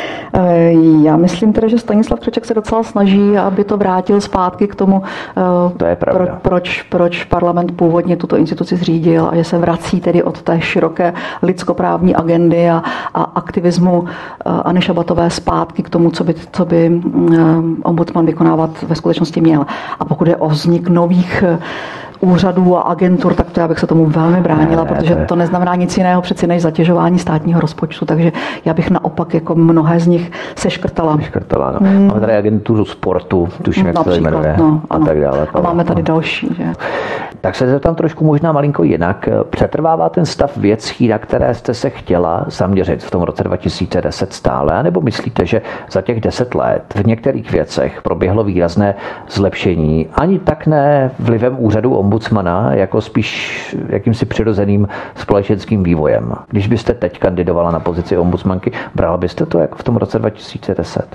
Já myslím teda, že Stanislav Křeček se docela snaží, aby to vrátil zpátky k tomu, to je pravda. Proč parlament původně tuto instituci zřídil, a že se vrací tedy od té široké lidskoprávní agendy a aktivismu Anny Šabatové zpátky k tomu, co by ombudsman vykonávat ve skutečnosti měl. A pokud je o vznik nových úřadů a agentur, tak to já bych se tomu velmi bránila, protože to neznamená nic jiného přeci než zatěžování státního rozpočtu, takže já bych naopak jako mnohé z nich seškrtala. No. Máme tady agenturu sportu, tuším, jak se jmenuje, a tak dále. A máme tady další. Že? Tak se zeptám trošku možná malinko jinak. Přetrvává ten stav věcí, na které jste se chtěla zaměřit v tom roce 2010 stále, nebo myslíte, že za těch 10 let v některých věcech proběhlo výrazné zlepšení, ani tak ne vlivem úřadu ombudsmana, jako spíš jakýmsi přirozeným společenským vývojem? Když byste teď kandidovala na pozici ombudsmanky, brala byste to jako v tom roce 2010?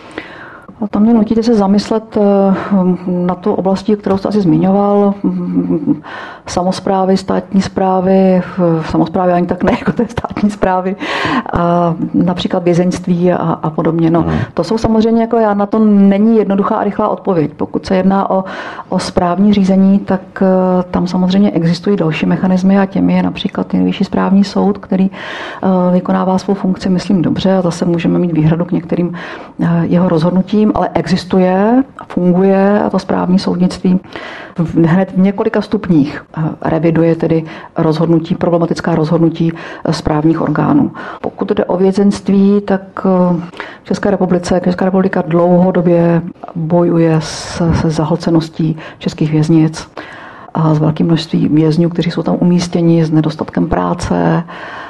A tam mě nutíte se zamyslet na tu oblastí, kterou jste asi zmiňoval. Samosprávy, státní správy, samosprávy ani tak ne, jako té státní správy, a například vězeňství a podobně. No, to jsou samozřejmě, jako já, na to není jednoduchá a rychlá odpověď. Pokud se jedná o správní řízení, tak tam samozřejmě existují další mechanismy a těmi je například Nejvyšší správní soud, který vykonává svou funkci, myslím, dobře, a zase můžeme mít výhradu k některým jeho rozhodnutím, ale existuje, funguje a to správní soudnictví hned v několika stupních reviduje tedy problematická rozhodnutí správních orgánů. Pokud jde o vězeňství, tak Česká republika dlouhodobě bojuje se zahlceností českých věznic a s velkým množství vězňů, kteří jsou tam umístěni, s nedostatkem práce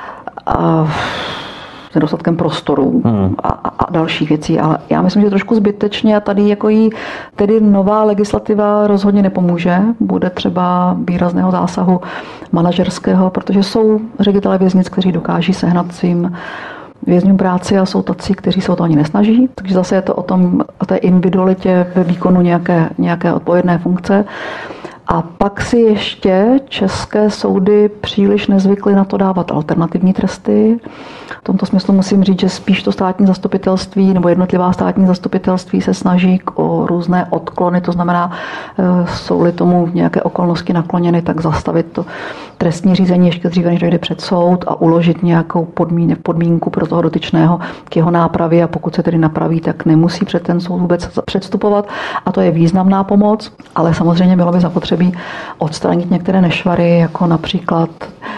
a s nedostatkem prostoru a dalších věcí, ale já myslím, že trošku zbytečně a tady jako tedy nová legislativa rozhodně nepomůže. Bude třeba výrazného zásahu manažerského, protože jsou ředitelé věznic, kteří dokáží sehnat svým vězňům práci a jsou tací, kteří se o to ani nesnaží. Takže zase je to o té individualitě ve výkonu nějaké odpovědné funkce. A pak si ještě české soudy příliš nezvykly na to dávat alternativní tresty. V tomto smyslu musím říct, že spíš to státní zastupitelství nebo jednotlivá státní zastupitelství se snaží o různé odklony, to znamená, jsou-li tomu nějaké okolnosti nakloněny, tak zastavit to trestní řízení ještě dříve, než dojde před soud a uložit nějakou podmínku pro toho dotyčného k jeho nápravě a pokud se tedy napraví, tak nemusí před ten soud vůbec předstupovat a to je významná pomoc, ale samozřejmě bylo by zapotřebí odstranit některé nešvary, jako například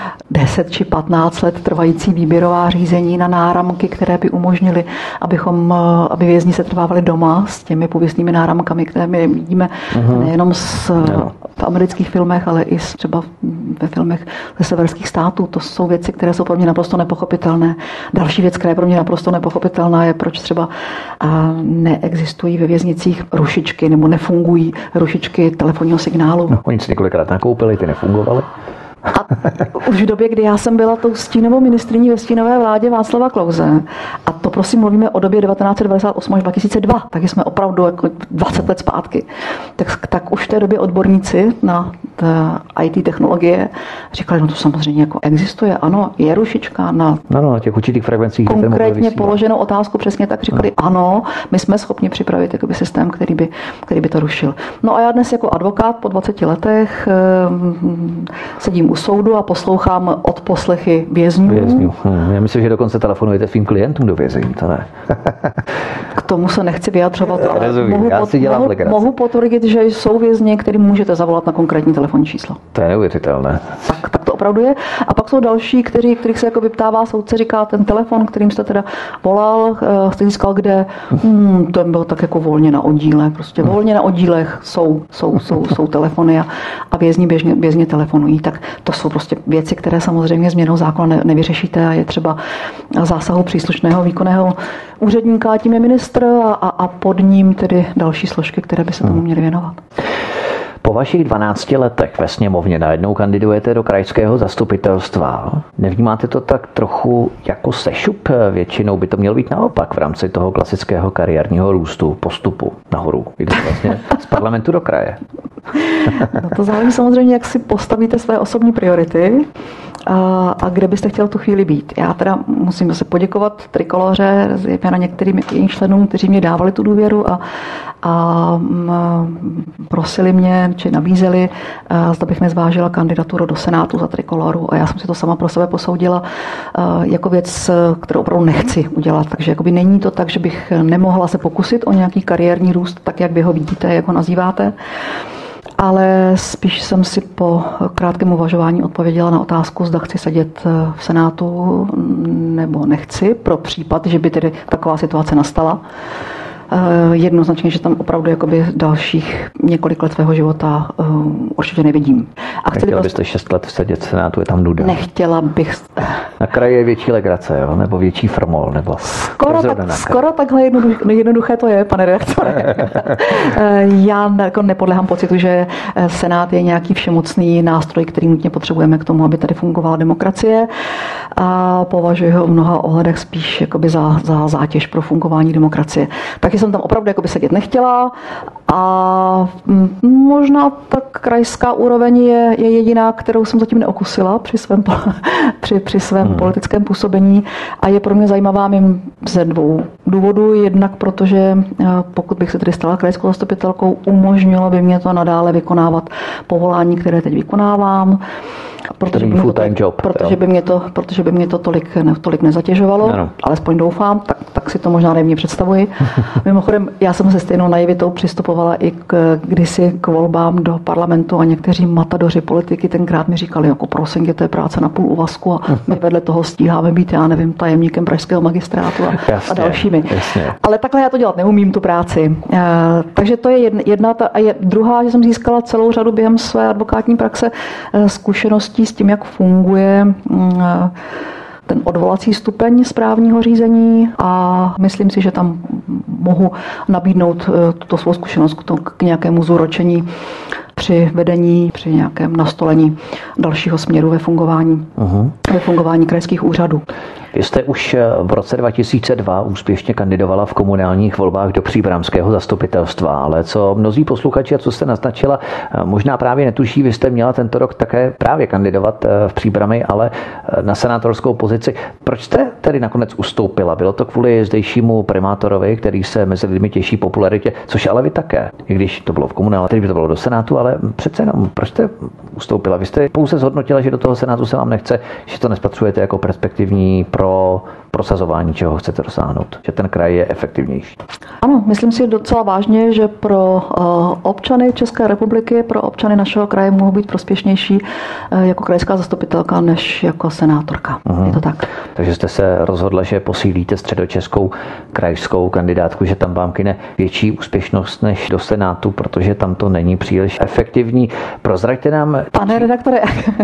10 či 15 let trvající výběrová řízení na náramky, které by umožnily, aby vězni se trvávali doma s těmi pověstnými náramkami, které my vidíme nejenom v amerických filmech, ale i třeba ve filmech ze severských států. To jsou věci, které jsou pro mě naprosto nepochopitelné. Další věc, která je pro mě naprosto nepochopitelná, je, proč třeba neexistují ve věznicích rušičky nebo nefungují rušičky telefonního signálu. No, oni si několikrát nakoupili, ty nefungovaly. A už v době, kdy já jsem byla tou stínovou ministryní ve stínové vládě Václava Klause, a to prosím mluvíme o době 1998 až 2002, taky jsme opravdu jako 20 let zpátky, tak už v té době odborníci na IT technologie říkali, no to samozřejmě jako existuje, ano, je rušička na těch určitých frekvencích. Konkrétně položenou otázku přesně tak říkali, ano, my jsme schopni připravit jakoby systém, který by to rušil. No a já dnes jako advokát po 20 letech sedím u soudu a poslouchám odposlechy vězňů. Já myslím, že dokonce telefonujete svým klientům do vězení, to ne. K tomu se nechci vyjadřovat, ale mohu potvrdit, že jsou vězni, kterým můžete zavolat na konkrétní telefonní číslo. To je neuvěřitelné. Tak to opravdu je. A pak jsou další, kterých se jako vyptává soudce, říká ten telefon, kterým jste teda volal, jste získal kde? Ten byl tak jako volně na oddíle. Prostě volně na oddílech jsou telefony a vězni běžně telefonují. Tak to jsou prostě věci, které samozřejmě změnou zákona nevyřešíte a je třeba zásahu příslušného výkonného úředníka, tím je ministr a pod ním tedy další složky, které by se tomu měly věnovat. Po vašich 12 letech ve sněmovně najednou kandidujete do krajského zastupitelstva. Nevnímáte to tak trochu jako sešup? Většinou by to mělo být naopak v rámci toho klasického kariérního růstu, postupu nahoru. Jde vlastně z parlamentu do kraje. No to záleží samozřejmě, jak si postavíte své osobní priority a kde byste chtěl tu chvíli být. Já teda musím zase poděkovat Trikoloře, zejména některým jejím členům, kteří mě dávali tu důvěru a prosili mě, či nabízeli, zda bych nezvážila kandidaturu do Senátu za Trikoloru. A já jsem si to sama pro sebe posoudila jako věc, kterou opravdu nechci udělat. Takže jakoby není to tak, že bych nemohla se pokusit o nějaký kariérní růst, tak jak vy ho vidíte, jak ho nazýváte. Ale spíš jsem si po krátkém uvažování odpověděla na otázku, zda chci sedět v Senátu nebo nechci, pro případ, že by tedy taková situace nastala. Jednoznačně, že tam opravdu jakoby dalších několik let svého života určitě nevidím. A nechtěla byste 6 let sedět v Senátu, je tam nuda. Nechtěla bych. Na kraji je větší legrace, jo? Nebo větší formol, nebo skoro takhle jednoduché to je, pane redaktore. Já nepodléhám pocitu, že Senát je nějaký všemocný nástroj, který nutně potřebujeme k tomu, aby tady fungovala demokracie. A považuji ho v mnoha ohledech spíš jakoby za zátěž pro fungování demokracie. Takže jsem tam opravdu jakoby sedět nechtěla a možná ta krajská úroveň je jediná, kterou jsem zatím neokusila při svém politickém působení a je pro mě zajímavá mým ze 2 důvodů. Jednak protože pokud bych se tedy stala krajskou zastupitelkou, umožnilo by mě to nadále vykonávat povolání, které teď vykonávám. Protože by mě to tolik nezatěžovalo, ano. Alespoň doufám, tak si to možná nevně představuji. Mimochodem, já jsem se stejnou naivitou přistupovala i kdysi k volbám do parlamentu a někteří matadoři politiky tenkrát mi říkali, jako prosím tě, to je práce na půl úvazku a my vedle toho stíháme být, já nevím, tajemníkem pražského magistrátu a dalšími. Jasně. Ale takhle já to dělat neumím, tu práci. Takže to je jedna a druhá, že jsem získala celou řadu během své advokátní praxe zkušeností s tím, jak funguje ten odvolací stupeň správního řízení a myslím si, že tam mohu nabídnout tuto svou zkušenost k nějakému zúročení při vedení, při nějakém nastolení dalšího směru ve fungování krajských úřadů. Vy jste už v roce 2002 úspěšně kandidovala v komunálních volbách do příbramského zastupitelstva, ale co mnozí posluchači, a co jste naznačila, možná právě netuší, vy jste měla tento rok také právě kandidovat v Příbrami, ale na senátorskou pozici. Proč jste tedy nakonec ustoupila? Bylo to kvůli zdejšímu primátorovi, který se mezi lidmi těší popularitě, což ale vy také, i když to bylo v komunále, teď by to bylo do Senátu, ale přece jenom, proč jste ustoupila? Vy jste pouze zhodnotila, že do toho Senátu se vám nechce, že to nespatřujete jako perspektivní pro prosazování, čeho chcete dosáhnout, že ten kraj je efektivnější. Ano, myslím si docela vážně, že pro občany České republiky, pro občany našeho kraje mohou být prospěšnější jako krajská zastupitelka než jako senátorka. Je to tak. Takže jste se rozhodla, že posílíte středočeskou krajskou kandidátku, že tam vám kyne větší úspěšnost než do Senátu, protože tam to není příliš efektivní. Prozraďte nám... Pane redaktore,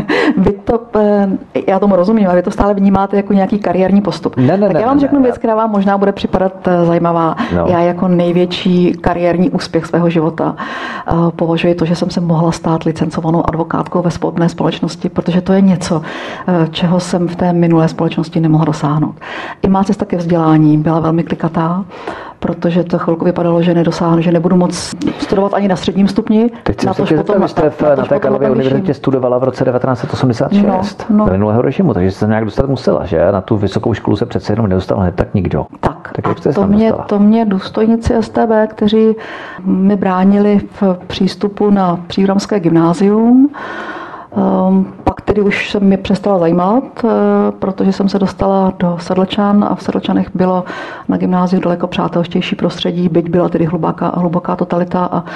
já tomu rozumím, ale vy to stále vnímáte jako nějaký kariérní postup. Tak já vám řeknu věc, která vám možná bude připadat zajímavá. No. Já jako největší kariérní úspěch svého života považuji to, že jsem se mohla stát licencovanou advokátkou ve svobodné společnosti, protože to je něco, čeho jsem v té minulé společnosti nemohla dosáhnout. I má cesta ke vzdělání byla velmi klikatá, protože to chvilku vypadalo, že nedosáhnu, že nebudu moc studovat ani na středním stupni. Teď jsem si potom, jste na té Karlově univerzitě studovala v roce 1986 minulého režimu, takže jste nějak dostat musela, že? Na tu vysokou školu se přece jenom nedostal hned tak nikdo. Tak jak jste to mě důstojníci StB, kteří mi bránili v přístupu na Příbramské gymnázium, pak tedy už se mě přestala zajímat, protože jsem se dostala do Sedlčan a v Sedlčanech bylo na gymnáziu daleko přátelštější prostředí, byť byla tedy hluboká totalita a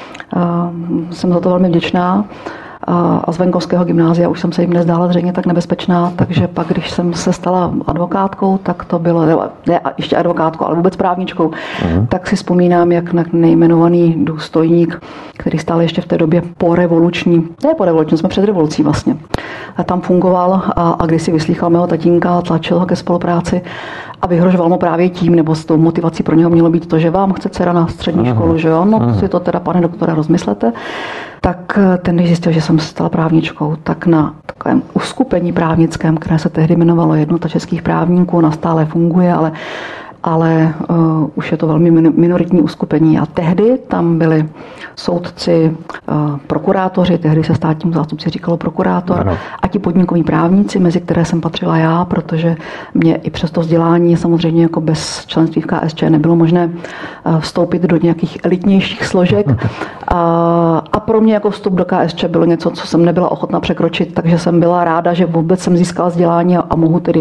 jsem za to velmi vděčná. A z venkovského gymnázia už jsem se jim nezdála zřejmě tak nebezpečná, takže pak, když jsem se stala advokátkou, tak to bylo, ne ještě advokátkou, ale vůbec právničkou, tak si vzpomínám, jak nejmenovaný důstojník, který stále ještě v té době jsme před revolucí vlastně, a tam fungoval a když si vyslýchal mého tatínka, tlačil ho ke spolupráci a vyhrožoval mu právě tím, nebo s tou motivací pro něho mělo být to, že vám chce dcera na střední školu, že jo, no si to teda, pane doktore, rozmyslete. Tak ten, když zjistil, že jsem se stala právničkou, tak na takovém uskupení právnickém, které se tehdy jmenovalo Jednota českých právníků, ona stále funguje, ale už je to velmi minoritní uskupení. A tehdy tam byli soudci, prokurátoři, tehdy se státnímu zástupci říkalo prokurátor, ano. A ti podnikoví právníci, mezi které jsem patřila já, protože mě i přes to vzdělání samozřejmě jako bez členství v KSČ nebylo možné vstoupit do nějakých elitnějších složek. A pro mě jako vstup do KSČ bylo něco, co jsem nebyla ochotna překročit, takže jsem byla ráda, že vůbec jsem získala vzdělání a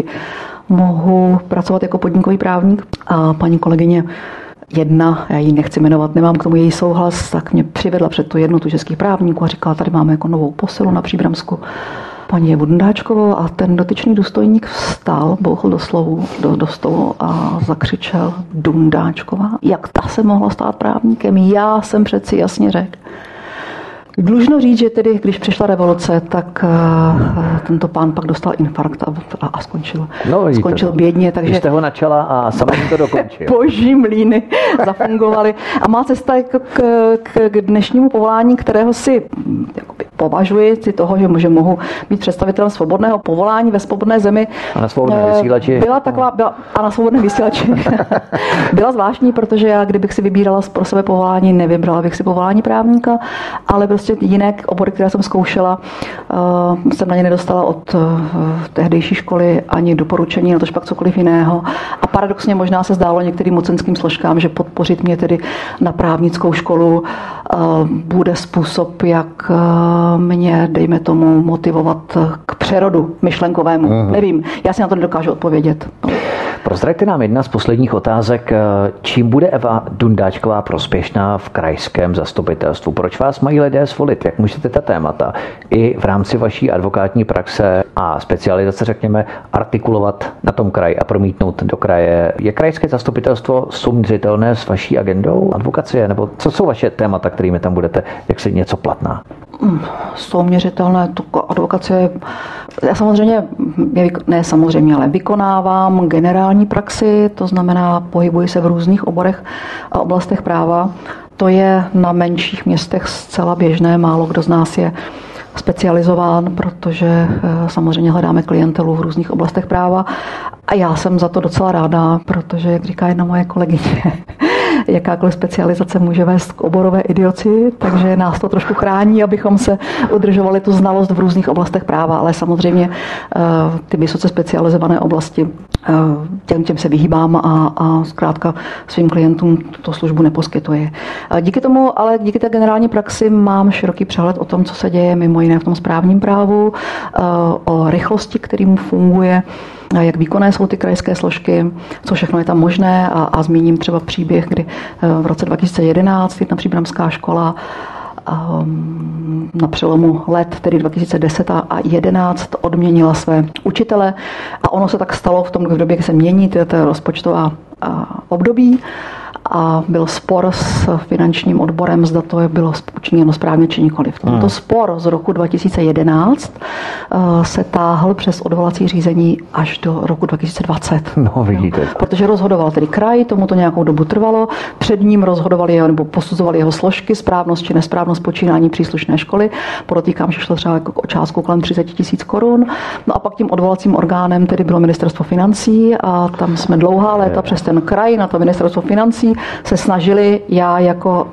mohu pracovat jako podnikový právník. A paní kolegyně jedna, já ji nechci jmenovat, nemám k tomu její souhlas, tak mě přivedla před tu Jednotu českých právníků a říkala, tady máme jako novou posilu na Příbramsku, paní Evu Dundáčkovou, a ten dotyčný důstojník vstal, bouchl do stolu a zakřičel: Dundáčková? Jak ta se mohla stát právníkem? Já jsem přeci jasně řekl. Dlužno říct, že tedy, když přišla revoluce, tak tento pán pak dostal infarkt a skončil. Skončil bědně, takže... Vy jste ho načala a samozřejmě to dokončil. Boží mlýny zafungovaly. A má cesta k dnešnímu povolání, kterého si považuji, si toho, že mohu být představitelem svobodného povolání ve svobodné zemi. A na svobodném vysílači. A na svobodném vysílači. Byla zvláštní, protože já, kdybych si vybírala pro sebe povolání, nevybrala bych si povolání právníka, ale prostě jiné obory, které jsem zkoušela, jsem na ně nedostala od tehdejší školy ani doporučení, na to pak cokoliv jiného. A paradoxně možná se zdálo některým mocenským složkám, že podpořit mě tedy na právnickou školu bude způsob, jak mě, dejme tomu, motivovat k přerodu myšlenkovému. Nevím, já si na to nedokážu odpovědět. Prozraďte nám jedna z posledních otázek. Čím bude Eva Dundáčková prospěšná v krajském zastupitelstvu? Proč vás mají lidé zvolit? Jak můžete ta témata i v rámci vaší advokátní praxe a specializace, řekněme, artikulovat na tom kraji a promítnout do kraje? Je krajské zastupitelstvo souměřitelné s vaší agendou advokacie? Nebo co jsou vaše témata, kterými tam budete jaksi něco platná? Souměřitelné, advokacie, já samozřejmě, ale vykonávám generální praxi, to znamená pohybuji se v různých oborech a oblastech práva. To je na menších městech zcela běžné, málo kdo z nás je specializován, protože samozřejmě hledáme klientelu v různých oblastech práva a já jsem za to docela ráda, protože, jak říká jedna moje kolegyně, jakákoliv specializace může vést k oborové idioci, takže nás to trošku chrání, abychom se udržovali tu znalost v různých oblastech práva, ale samozřejmě ty vysoce specializované oblasti, těm se vyhýbám a zkrátka svým klientům tuto službu neposkytuji. Díky tomu, ale díky té generální praxi mám široký přehled o tom, co se děje mimo jiné v tom správním právu, o rychlosti, kterým funguje, jak výkonné jsou ty krajské složky, co všechno je tam možné a zmíním třeba příběh, kdy v roce 2011 jedna příbramská škola na přelomu let, tedy 2010 a 2011, odměnila své učitele a ono se tak stalo v době, kdy se mění to rozpočtová období a byl spor s finančním odborem, zda to bylo učiněno správně či nikoliv. Tento spor z roku 2011 se táhl přes odvolací řízení až do roku 2020. No, vidíte. Jo. Protože rozhodoval tedy kraj, tomu to nějakou dobu trvalo, před ním rozhodovali nebo posuzovali jeho složky, správnost či nesprávnost počínání příslušné školy. Podotýkám, že šlo třeba o částku kolem 30 000 korun. No a pak tím odvolacím orgánem tedy bylo ministerstvo financí a tam jsme dlouhá léta přes ten kraj na to ministerstvo financí se snažili, já jako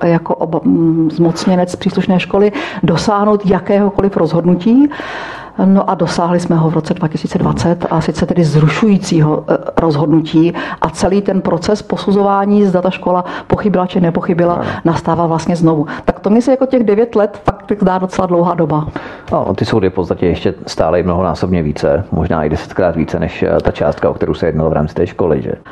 zmocněnec příslušné školy, dosáhnout jakéhokoliv rozhodnutí. No a dosáhli jsme ho v roce 2020 a sice tedy zrušujícího rozhodnutí a celý ten proces posuzování, zda ta škola pochybila či nepochybila, nastává vlastně znovu. Tak to mi se jako těch 9 let fakt dá docela dlouhá doba. No, ty soudy v podstatě ještě stále mnohonásobně více, možná i 10krát více než ta částka, o kterou se jednalo v rámci té školy, že?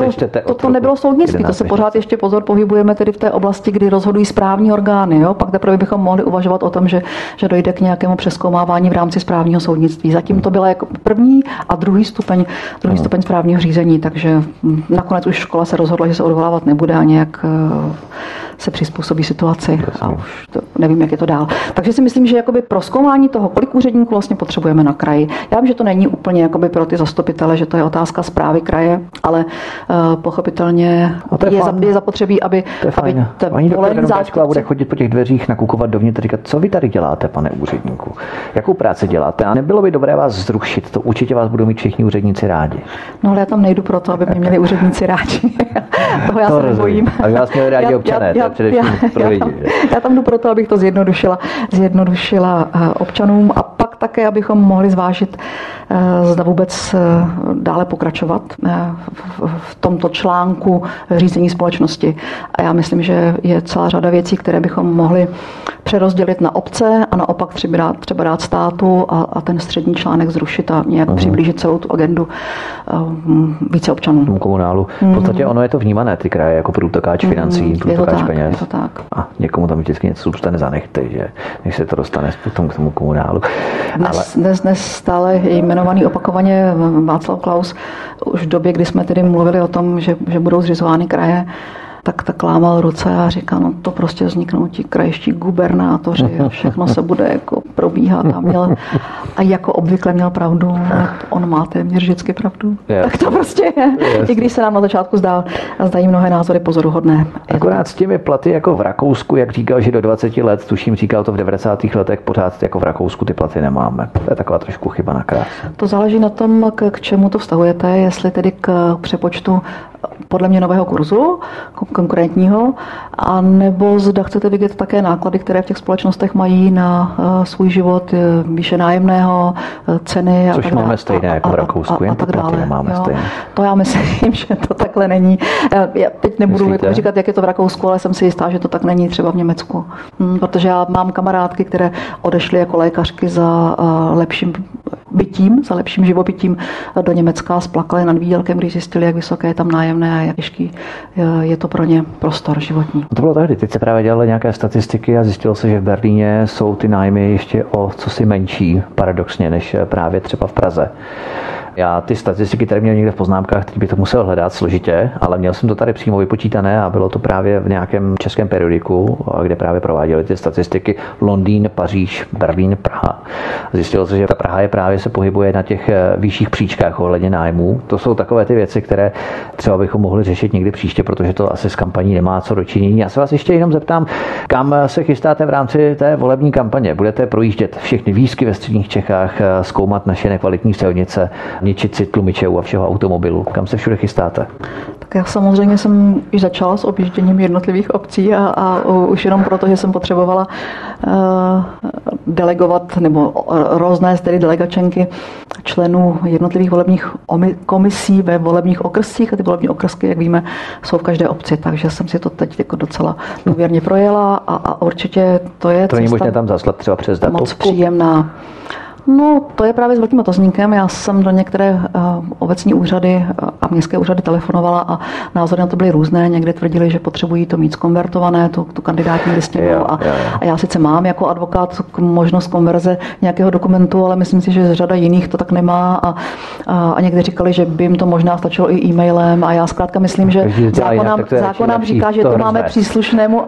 To nebylo soudnictví, to se pořád ještě pohybujeme tedy v té oblasti, kdy rozhodují správní orgány, jo? Pak teprve bychom mohli uvažovat o tom, že dojde k nějakému přezkoumávání v rámci správního soudnictví. Zatím to bylo jako první a druhý stupeň správního řízení, takže nakonec už škola se rozhodla, že se odvolávat nebude a nějak se přizpůsobí situaci a už nevím, jak je to dál. Takže si myslím, že jakoby pro zkoumání toho, kolik úředníků vlastně potřebujeme na kraji. Já vím, že to není úplně jakoby pro ty zastupitele, že to je otázka správy kraje, ale pochopitelně je zapotřebí, aby Paní doktor Káčková bude chodit po těch dveřích, nakukovat dovnitř a říkat, co vy tady děláte, pane úředníku? Jakou práci děláte? A nebylo by dobré vás zrušit? To určitě vás budou mít všichni úředníci rádi. No ale já tam nejdu proto, aby mě měli úředníci rádi. Toho já se nebojím. A vás měli rádi občané, to je především pro lidi. Já tam jdu proto, abych to zjednodušila občanům a pak také, abychom mohli zvážit, zda vůbec dále pokračovat v tomto článku řízení společnosti. A já myslím, že je celá řada věcí, které bychom mohli přerozdělit na obce a naopak třeba dát státu a ten střední článek zrušit a nějak přiblížit celou tu agendu více občanům. Tomu komunálu. V podstatě ono je to vnímané, ty kraje, jako průtokáč financí, průtokáč peněz. Je to tak. A někomu tam vždycky něco zůstane za nechty, že než se to dostane potom k tomu komunálu. Dnes stále je jmenovaný opakovaně Václav Klaus už v době, kdy jsme tedy mluvili o tom, že budou zřizovány kraje, tak lámal ruce a říkal, no to prostě vzniknou ti krajští gubernátoři a všechno se bude jako probíhat a jako obvykle měl pravdu, on má téměř vždycky pravdu. Tak to prostě je. I když se nám na začátku zdají mnohé názory pozoruhodné. Akorát s těmi platy jako v Rakousku, jak říkal, že do 20 let, tuším říkal to v 90. letech, pořád jako v Rakousku ty platy nemáme. To je taková trošku chyba na krás. To záleží na tom, k čemu to vztahujete, jestli tedy k přepočtu podle mě nového kurzu, konkurentního, a nebo zda chcete vidět také náklady, které v těch společnostech mají na svůj život, výše nájemného, ceny. Což máme stejné jako v Rakousku, jen ty platy nemáme stejné. To já myslím, že to takhle není. Já teď nebudu říkat, jak je to v Rakousku, ale jsem si jistá, že to tak není třeba v Německu. Protože já mám kamarádky, které odešly jako lékařky za lepším bytím, za lepším živobytím do Německa, splakali nad výdělkem, když zjistili, jak vysoké je tam nájemné a jak těžký je to pro ně prostor životní. To bylo tehdy. Teď se právě dělaly nějaké statistiky a zjistilo se, že v Berlíně jsou ty nájmy ještě o cosi menší, paradoxně, než právě třeba v Praze. Já ty statistiky tady měl někde v poznámkách, teď bych to musel hledat složitě, ale měl jsem to tady přímo vypočítané a bylo to právě v nějakém českém periodiku, kde právě prováděli ty statistiky Londýn, Paříž, Berlín, Praha. Zjistilo se, že ta Praha je právě se pohybuje na těch vyšších příčkách ohledně nájmů. To jsou takové ty věci, které třeba bychom mohli řešit někdy příště, protože to asi s kampaní nemá co dočinění. Já se vás ještě jenom zeptám, kam se chystáte v rámci té volební kampaně? Budete projíždět všechny výzky ve středních Čechách, zkoumat naše nekvalitní silnice, ničit si tlumičů a všeho automobilu? Kam se všude chystáte? Tak já samozřejmě jsem již začala s objížděním jednotlivých obcí a už jenom proto, že jsem potřebovala delegovat nebo roznést tedy delegačenky členů jednotlivých volebních komisí ve volebních okrscích a ty volební okrsky, jak víme, jsou v každé obci, takže jsem si to teď jako docela důvěrně projela a určitě to je to není možné tam zaslat třeba přes datovku? Moc příjemná. No, to je právě s velkým otazníkem. Já jsem do některé obecní úřady a městské úřady telefonovala a názory na to byly různé. Někde tvrdili, že potřebují to mít zkonvertované, tu kandidátní listinu. A já sice mám jako advokát možnost konverze nějakého dokumentu, ale myslím si, že řada jiných to tak nemá a někde říkali, že by jim to možná stačilo i e-mailem a já zkrátka myslím, že zákon nám říká, že to máme příslušnému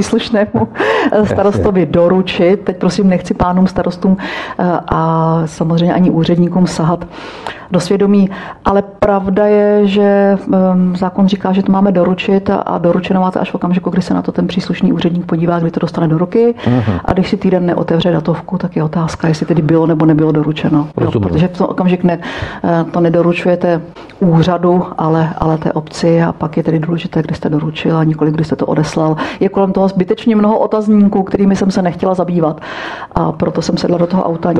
starostovi doručit. Teď prosím nechci pánům starostům a samozřejmě ani úředníkům sahat do svědomí, ale pravda je, že zákon říká, že to máme doručit a doručeno máte až v okamžiku, kdy se na to ten příslušný úředník podívá, kdy to dostane do ruky a když si týden neotevře datovku, tak je otázka, jestli tedy bylo nebo nebylo doručeno. Jo, protože v tom okamžik to nedoručujete úřadu, ale té obci a pak je tedy důležité, kdy jste doručil a nikoliv, kdy jste to odeslal. Je kolem toho zbytečně mnoho otazníků, kterými jsem se nechtěla zabývat a proto jsem sedla do toho auta.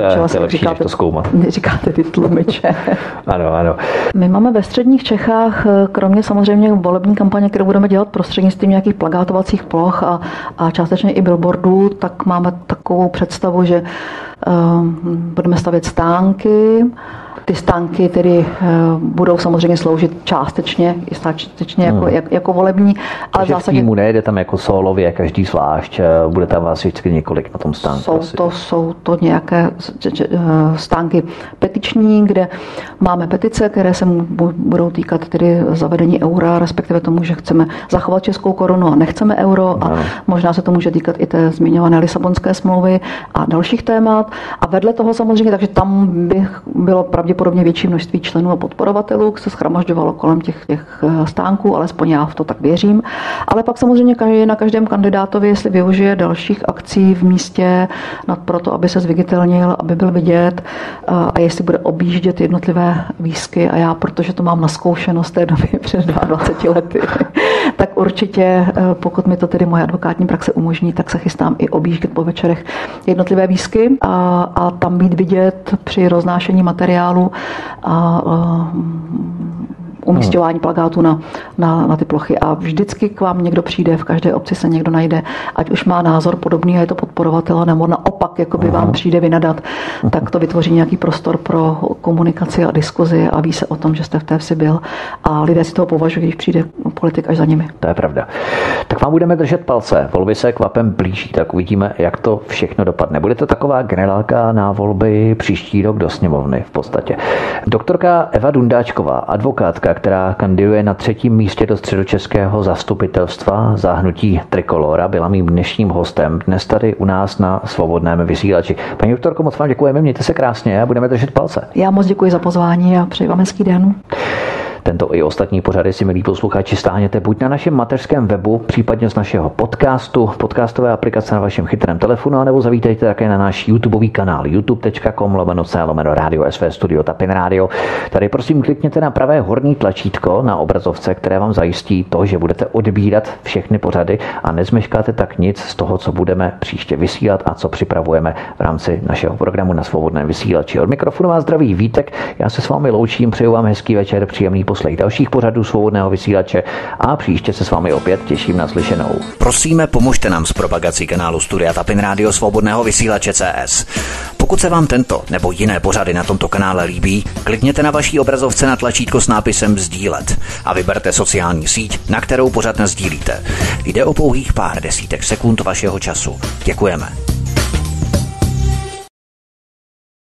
Říkáte ty tlumiče. Ano. My máme ve středních Čechách, kromě samozřejmě volební kampaně, kterou budeme dělat prostřednictvím nějakých plagátovacích ploch a částečně i billboardů, tak máme takovou představu, že budeme stavět stánky. Ty stánky tedy budou samozřejmě sloužit částečně jako volební. Ale takže v týmu nejde tam jako solově, každý zvlášť, bude tam vás vždycky několik na tom stánku. Jsou to nějaké stánky petiční, kde máme petice, které se budou týkat tedy zavedení eura, respektive tomu, že chceme zachovat českou korunu a nechceme euro a možná se to může týkat i té zmiňované Lisabonské smlouvy a dalších témat. A vedle toho samozřejmě, takže tam bych bylo pravděpodobně větší množství členů a podporovatelů, se shromažďovalo kolem těch stánků, alespoň já v to tak věřím. Ale pak samozřejmě na každém kandidátovi, jestli využije dalších akcí v místě proto, aby se zviditelnil, aby byl vidět a jestli bude objíždět jednotlivé výzky a já, protože to mám naskoušeno z té doby před 22 lety, tak určitě, pokud mi to tedy moje advokátní praxe umožní, tak se chystám i objíždět po večerech jednotlivé výzky a tam být vidět při roznášení materiálu a umísťování plakátů na ty plochy. A vždycky k vám někdo přijde, v každé obci se někdo najde, ať už má názor podobný a je to podporovatel, nebo naopak jakoby vám přijde vynadat, tak to vytvoří nějaký prostor pro komunikaci a diskuzi a ví se o tom, že jste v té vsi byl. A lidé si toho považují, když přijde politik až za nimi. To je pravda. Tak vám budeme držet palce. Volby se kvapem blíží, tak uvidíme, jak to všechno dopadne. Bude to taková generálka na volby příští rok do sněmovny v podstatě. Doktorka Eva Dundáčková, advokátka, která kandiduje na 3. místě do středočeského zastupitelstva za hnutí Trikolora, byla mým dnešním hostem dnes tady u nás na Svobodném vysílači. Paní doktorko, moc vám děkujeme, mějte se krásně a budeme držet palce. Já moc děkuji za pozvání a přeji vám hezký den. Tento i ostatní pořady si, milí posluchači, stáhněte buď na našem mateřském webu, případně z našeho podcastové aplikace na vašem chytrém telefonu, nebo zavítejte také na náš YouTubeový kanál youtube.com/Radio SV Studio Tapin Radio. Tady prosím klikněte na pravé horní tlačítko na obrazovce, které vám zajistí to, že budete odbírat všechny pořady a nezmeškáte tak nic z toho, co budeme příště vysílat a co připravujeme v rámci našeho programu na Svobodném vysílači. Od mikrofonu vás zdraví Vítek, já se s vámi loučím, přeju vám hezký večer, příjemný poslech dalších pořadů Svobodného vysílače a příště se s vámi opět těším na slyšenou. Prosíme, pomožte nám s propagací kanálu Studia Tapin Radio Svobodného vysílače CS. Pokud se vám tento nebo jiné pořady na tomto kanále líbí, klikněte na vaší obrazovce na tlačítko s nápisem sdílet a vyberte sociální síť, na kterou pořad nasdílíte. Jde o pouhých pár desítek sekund vašeho času. Děkujeme.